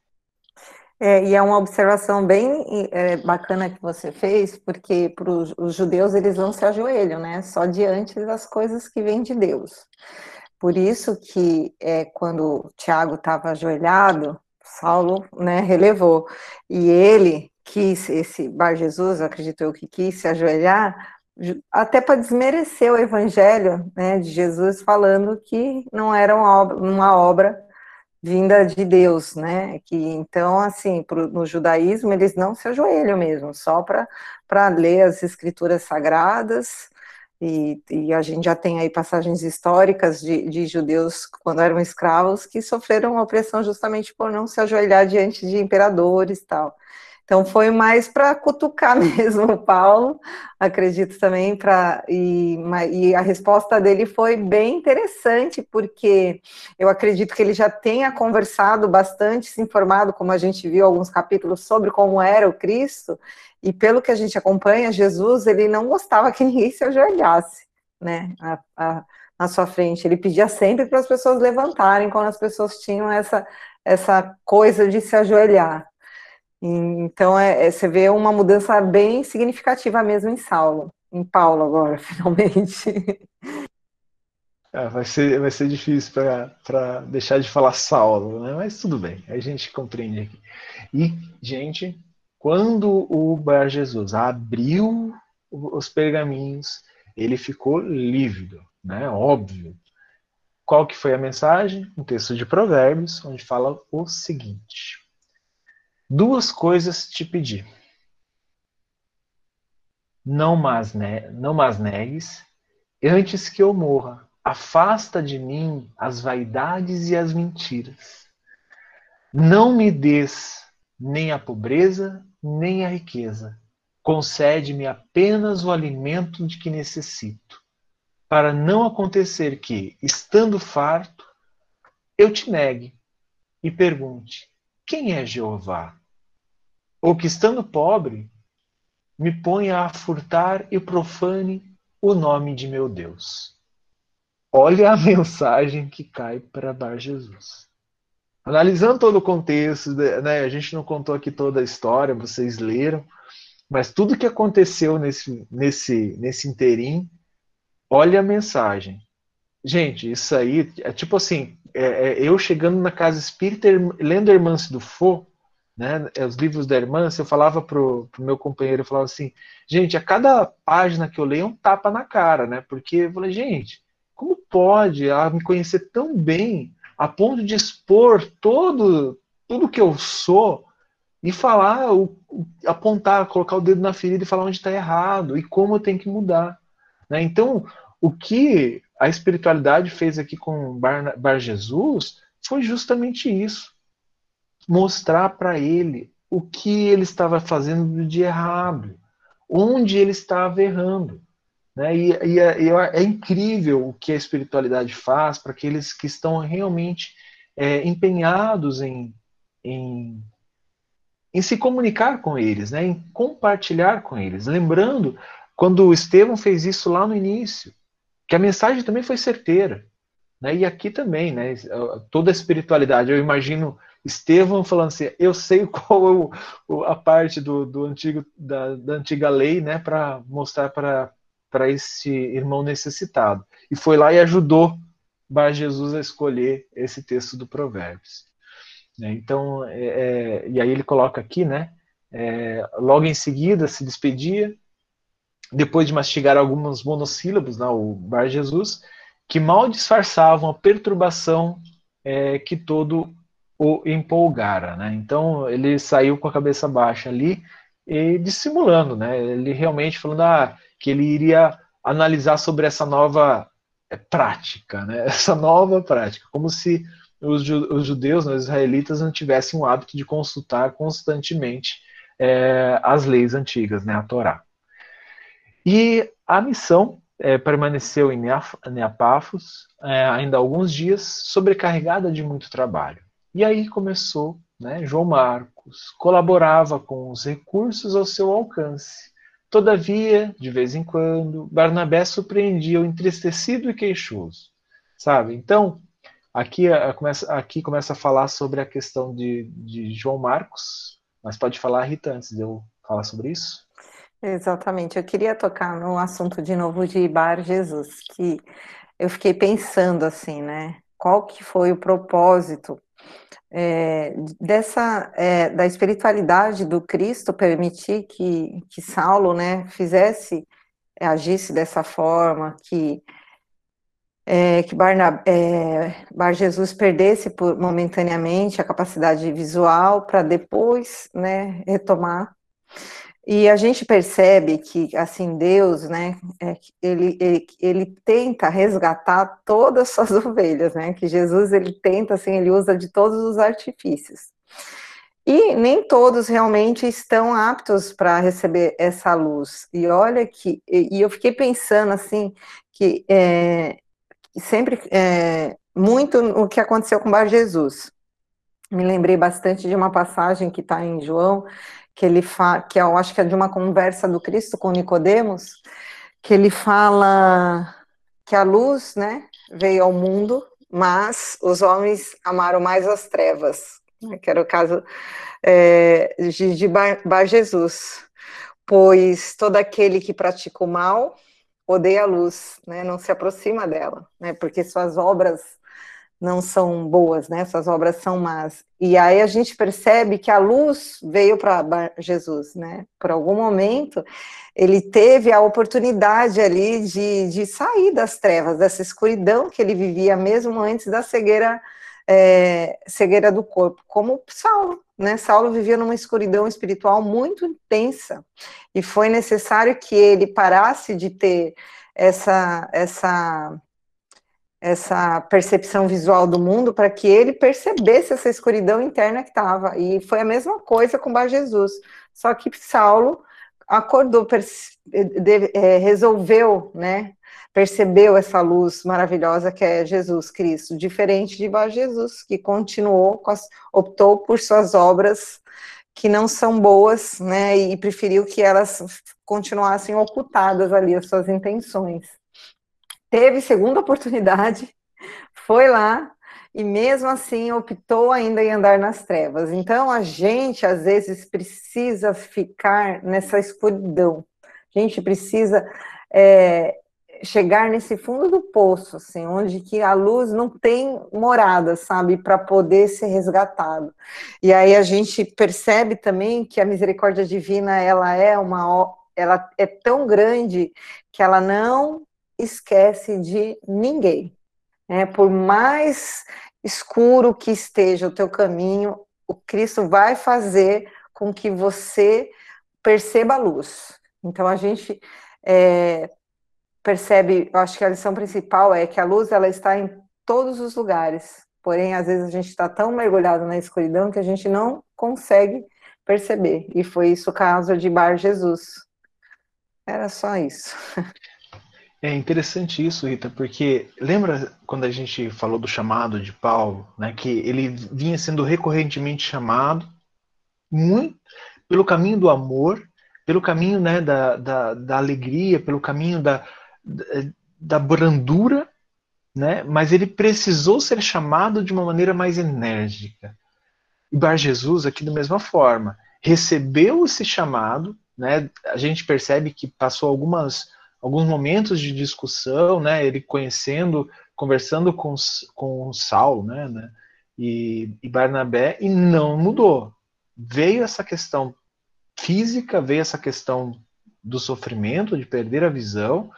E é uma observação bem bacana que você fez, porque para os judeus eles não se ajoelham, né? Só diante das coisas que vêm de Deus. Por isso que quando Tiago estava ajoelhado, Saulo, né, relevou. E ele quis, esse Bar Jesus, acredito eu que quis se ajoelhar, até para desmerecer o evangelho, né, de Jesus, falando que não era uma obra vinda de Deus, né? Que então, assim, no judaísmo eles não se ajoelham mesmo, só para ler as escrituras sagradas. E a gente já tem aí passagens históricas de judeus, quando eram escravos, que sofreram opressão justamente por não se ajoelhar diante de imperadores e tal. Então foi mais para cutucar mesmo o Paulo, acredito também, e a resposta dele foi bem interessante, porque eu acredito que ele já tenha conversado bastante, se informado, como a gente viu alguns capítulos, sobre como era o Cristo, e pelo que a gente acompanha, Jesus, ele não gostava que ninguém se ajoelhasse, né, na sua frente. Ele pedia sempre para as pessoas levantarem quando as pessoas tinham essa coisa de se ajoelhar. Então, você vê uma mudança bem significativa mesmo em Paulo agora, finalmente. Vai ser difícil para deixar de falar Saulo, né? Mas tudo bem, a gente compreende aqui. E, gente, quando o Bar Jesus abriu os pergaminhos, ele ficou lívido, né? Óbvio. Qual que foi a mensagem? Um texto de Provérbios, onde fala o seguinte: duas coisas te pedi. Não mas negues, antes que eu morra. Afasta de mim as vaidades e as mentiras. Não me des nem a pobreza, nem a riqueza. Concede-me apenas o alimento de que necessito, para não acontecer que, estando farto, eu te negue e pergunte: quem é Jeová? Ou que, estando pobre, me ponha a furtar e profane o nome de meu Deus. Olha a mensagem que cai para Bar Jesus. Analisando todo o contexto, né, a gente não contou aqui toda a história, vocês leram, mas tudo que aconteceu nesse interim, olha a mensagem. Gente, isso aí é tipo assim, eu chegando na casa espírita, lendo Hermance do Faux, né, os livros da Hermance, eu falava pro meu companheiro, eu falava assim, gente, a cada página que eu leio é um tapa na cara, né, porque eu falei, gente, como pode ela me conhecer tão bem a ponto de expor tudo que eu sou e falar, apontar, colocar o dedo na ferida e falar onde está errado e como eu tenho que mudar, né? Então, o que a espiritualidade fez aqui com Bar Jesus foi justamente isso, mostrar para ele o que ele estava fazendo de errado, onde ele estava errando. Né? É incrível o que a espiritualidade faz para aqueles que estão realmente empenhados em se comunicar com eles, né? Em compartilhar com eles. Lembrando, quando o Estevão fez isso lá no início, que a mensagem também foi certeira. Né? E aqui também, né? Toda a espiritualidade, eu imagino Estevão falando assim, eu sei qual é a parte da antiga lei, né, para mostrar para esse irmão necessitado. E foi lá e ajudou Bar Jesus a escolher esse texto do Provérbios. Então, e aí ele coloca aqui, né, logo em seguida se despedia, depois de mastigar alguns monossílabos, né, o Bar Jesus, que mal disfarçavam a perturbação que todo o empolgara, né? Então ele saiu com a cabeça baixa ali e dissimulando, né? Ele realmente falando que ele iria analisar sobre essa nova prática, né? Essa nova prática, como se os judeus, né, os israelitas, não tivessem o hábito de consultar constantemente as leis antigas, né? A Torá. E a missão permaneceu em Neapafos ainda alguns dias, sobrecarregada de muito trabalho. E aí começou, né, João Marcos colaborava com os recursos ao seu alcance. Todavia, de vez em quando, Barnabé surpreendia o entristecido e queixoso. Sabe? Então, aqui começa a falar sobre a questão de João Marcos, mas pode falar, Rita, antes de eu falar sobre isso? Exatamente, eu queria tocar no assunto de novo de Bar Jesus, que eu fiquei pensando assim, né? Qual que foi o propósito da espiritualidade do Cristo permitir que Saulo, né, agisse dessa forma, que Bar Jesus perdesse momentaneamente a capacidade visual para depois, né, retomar. E a gente percebe que, assim, Deus, né, ele tenta resgatar todas as suas ovelhas, né, que Jesus, ele tenta, assim, ele usa de todos os artifícios. E nem todos realmente estão aptos para receber essa luz. E olha que, e eu fiquei pensando, assim, que sempre, muito o que aconteceu com Bar Jesus. Me lembrei bastante de uma passagem que está em João, que eu acho que é de uma conversa do Cristo com Nicodemos, que ele fala que a luz, né, veio ao mundo, mas os homens amaram mais as trevas, né, que era o caso de Bar Jesus, pois todo aquele que pratica o mal odeia a luz, né, não se aproxima dela, né, porque suas obras não são boas, né? Essas obras são más. E aí a gente percebe que a luz veio para Jesus, né? Por algum momento, ele teve a oportunidade ali de sair das trevas, dessa escuridão que ele vivia mesmo antes da cegueira do corpo, como Saulo, né? Saulo vivia numa escuridão espiritual muito intensa, e foi necessário que ele parasse de ter essa percepção visual do mundo para que ele percebesse essa escuridão interna que estava. E foi a mesma coisa com Bar Jesus. Só que Saulo acordou, resolveu, né, percebeu essa luz maravilhosa que é Jesus Cristo, diferente de Bar Jesus, que optou por suas obras que não são boas, né, e preferiu que elas continuassem ocultadas ali, as suas intenções. Teve segunda oportunidade, foi lá, e mesmo assim optou ainda em andar nas trevas. Então, a gente, às vezes, precisa ficar nessa escuridão. A gente precisa chegar nesse fundo do poço, assim, onde que a luz não tem morada, sabe, para poder ser resgatado. E aí a gente percebe também que a misericórdia divina, ela é tão grande que ela não esquece de ninguém, né? Por mais escuro que esteja o teu caminho, o Cristo vai fazer com que você perceba a luz. Então a gente percebe, eu acho que a lição principal é que a luz, ela está em todos os lugares, porém às vezes a gente está tão mergulhado na escuridão que a gente não consegue perceber, e foi isso o caso de Bar Jesus. Era só isso. É interessante isso, Rita, porque lembra quando a gente falou do chamado de Paulo, né, que ele vinha sendo recorrentemente chamado muito pelo caminho do amor, pelo caminho, né, da alegria, pelo caminho da brandura, né, mas ele precisou ser chamado de uma maneira mais enérgica. E Bar Jesus aqui da mesma forma, recebeu esse chamado, né? A gente percebe que passou alguns momentos de discussão, né? Ele conversando com Saulo, né? E Barnabé, e não mudou. Veio essa questão física, veio essa questão do sofrimento, de perder a visão.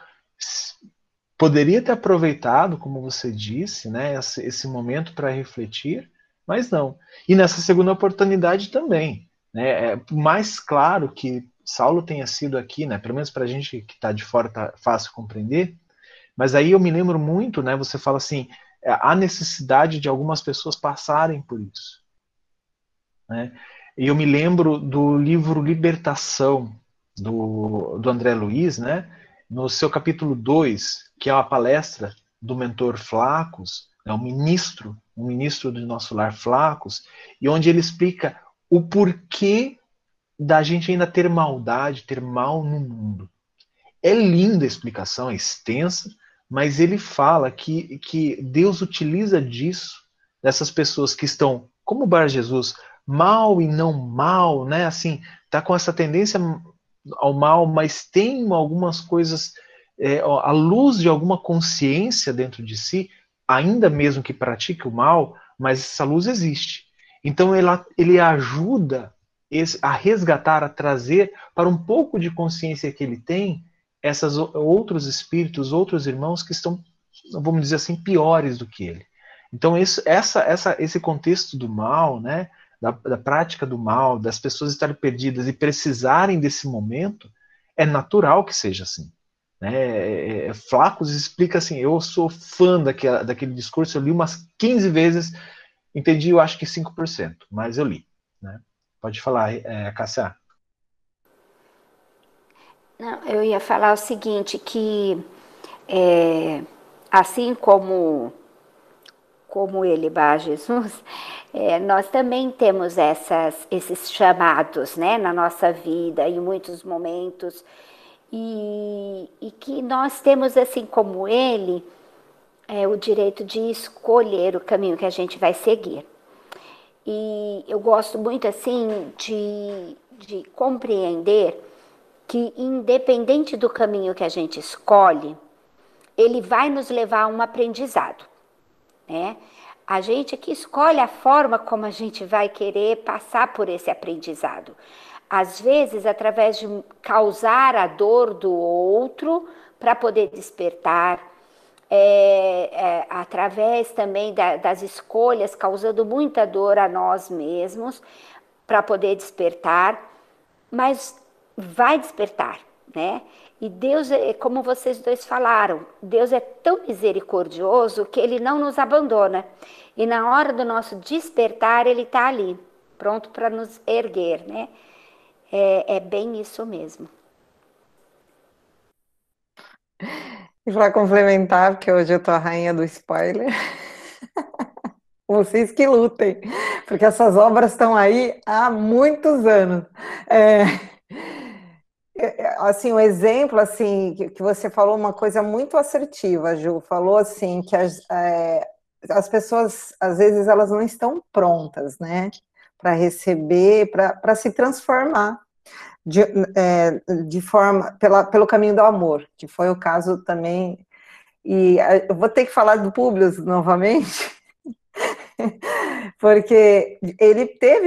Poderia ter aproveitado, como você disse, né, esse momento para refletir, mas não. E nessa segunda oportunidade também. Né, é mais claro que Saulo tenha sido aqui, né, pelo menos para a gente que está de fora tá fácil compreender, mas aí eu me lembro muito, né, você fala assim, há necessidade de algumas pessoas passarem por isso. Né? E eu me lembro do livro Libertação, do André Luiz, né? No seu capítulo 2, que é uma palestra do mentor Flacos, um ministro do nosso lar Flacos, e onde ele explica o porquê da gente ainda ter maldade, ter mal no mundo. É linda a explicação, é extensa, mas ele fala que Deus utiliza disso, dessas pessoas que estão, como o Bar Jesus, mal e não mal, né? Assim, tá com essa tendência ao mal, mas tem algumas coisas, à luz de alguma consciência dentro de si, ainda mesmo que pratique o mal, mas essa luz existe. Então ele ajuda a resgatar, a trazer para um pouco de consciência que ele tem, esses outros espíritos, outros irmãos que estão, vamos dizer assim, piores do que ele. Então esse contexto do mal, né, da prática do mal, das pessoas estarem perdidas e precisarem desse momento, é natural que seja assim. Né? Flacos explica assim, eu sou fã daquele discurso, eu li umas 15 vezes, entendi eu acho que 5%, mas eu li. Né? Pode falar, Cássia. Não, eu ia falar o seguinte, que assim como ele, Bar Jesus, nós também temos esses chamados, né, na nossa vida, em muitos momentos, e que nós temos, assim como ele, o direito de escolher o caminho que a gente vai seguir. E eu gosto muito, assim, de compreender que, independente do caminho que a gente escolhe, ele vai nos levar a um aprendizado, né? A gente que escolhe a forma como a gente vai querer passar por esse aprendizado. Às vezes, através de causar a dor do outro para poder despertar, através também das escolhas, causando muita dor a nós mesmos para poder despertar, mas vai despertar, né? E Deus, como vocês dois falaram, Deus é tão misericordioso que Ele não nos abandona. E na hora do nosso despertar, Ele está ali, pronto para nos erguer, né? É bem isso mesmo. E para complementar, porque hoje eu tô a rainha do spoiler, vocês que lutem, porque essas obras estão aí há muitos anos. Assim, um exemplo, assim, que você falou uma coisa muito assertiva, Ju, falou assim, que as pessoas, às vezes, elas não estão prontas, né, para receber, para se transformar de forma, pelo caminho do amor, que foi o caso também, e eu vou ter que falar do Públio novamente, porque ele teve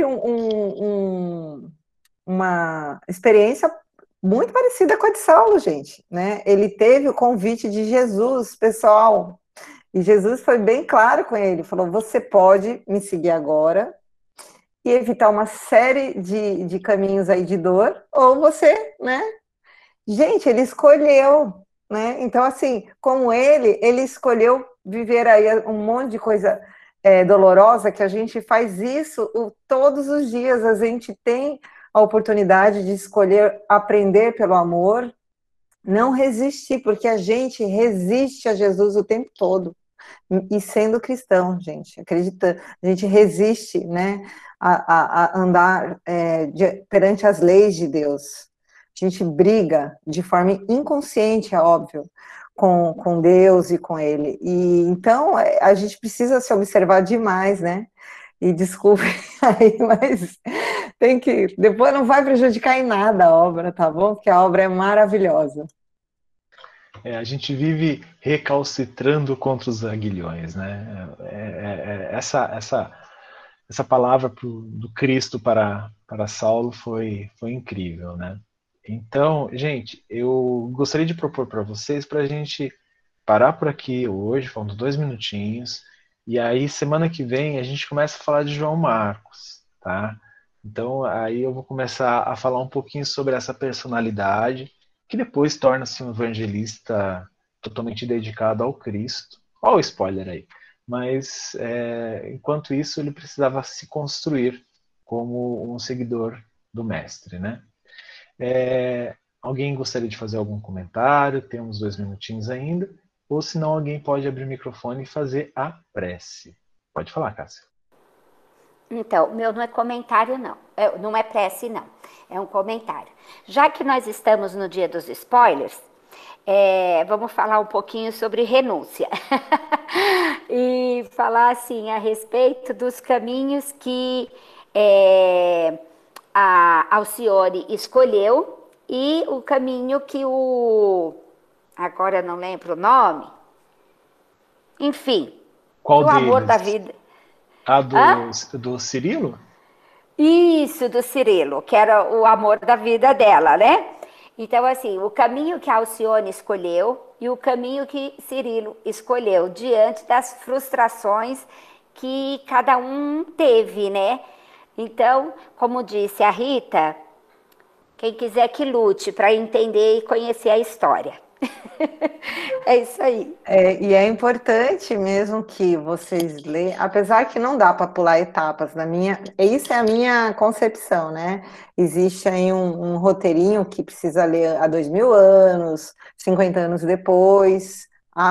uma experiência muito parecida com a de Saulo, gente, né? Ele teve o convite de Jesus, pessoal, e Jesus foi bem claro com ele, falou, você pode me seguir agora e evitar uma série de caminhos aí de dor, ou você, né? Gente, ele escolheu, né? Então, assim, como ele escolheu viver aí um monte de coisa dolorosa, que a gente faz isso todos os dias, a gente tem a oportunidade de escolher aprender pelo amor, não resistir, porque a gente resiste a Jesus o tempo todo, e sendo cristão, gente, acredita, a gente resiste, né, a andar perante as leis de Deus, a gente briga de forma inconsciente, é óbvio, com Deus e com Ele, e então a gente precisa se observar demais, né, E desculpe aí, mas tem que. Depois não vai prejudicar em nada a obra, tá bom? Porque a obra é maravilhosa. A gente vive recalcitrando contra os aguilhões, né? Essa palavra do Cristo para Saulo foi incrível, né? Então, gente, eu gostaria de propor para vocês para a gente parar por aqui hoje, falando 2 minutinhos, e aí semana que vem a gente começa a falar de João Marcos, tá? Então aí eu vou começar a falar um pouquinho sobre essa personalidade, que depois torna-se um evangelista totalmente dedicado ao Cristo. Olha o spoiler aí. Mas enquanto isso ele precisava se construir como um seguidor do mestre, né? Alguém gostaria de fazer algum comentário? Temos 2 minutinhos ainda. Ou se não, alguém pode abrir o microfone e fazer a prece. Pode falar, Cássia. Então, o meu não é comentário, não. Não é prece, não. É um comentário. Já que nós estamos no dia dos spoilers, vamos falar um pouquinho sobre renúncia. E falar, assim, a respeito dos caminhos que a Alcione escolheu e o caminho que agora eu não lembro o nome, enfim, Qual que o amor deles? da vida... A do Cirilo? Isso, do Cirilo, que era o amor da vida dela, né? Então, assim, o caminho que a Alcione escolheu e o caminho que Cirilo escolheu, diante das frustrações que cada um teve, né? Então, como disse a Rita, quem quiser que lute para entender e conhecer a história. É isso aí. E é importante mesmo que vocês leiam, apesar que não dá para pular etapas, isso é a minha concepção, né? Existe aí um roteirinho que precisa ler há 2000 anos, 50 anos depois,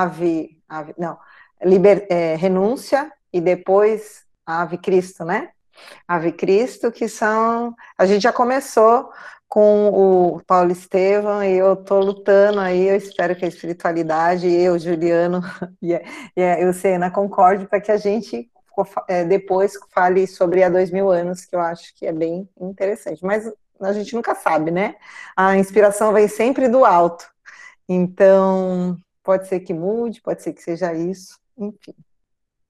Renúncia e depois Ave Cristo, né? Ave Cristo, que são. A gente já começou com o Paulo Estevam e eu estou lutando aí. Eu espero que a espiritualidade, eu, Juliano e a Luciana concorde para que a gente depois fale sobre há 2000 anos, que eu acho que é bem interessante. Mas a gente nunca sabe, né? A inspiração vem sempre do alto. Então, pode ser que mude, pode ser que seja isso, enfim.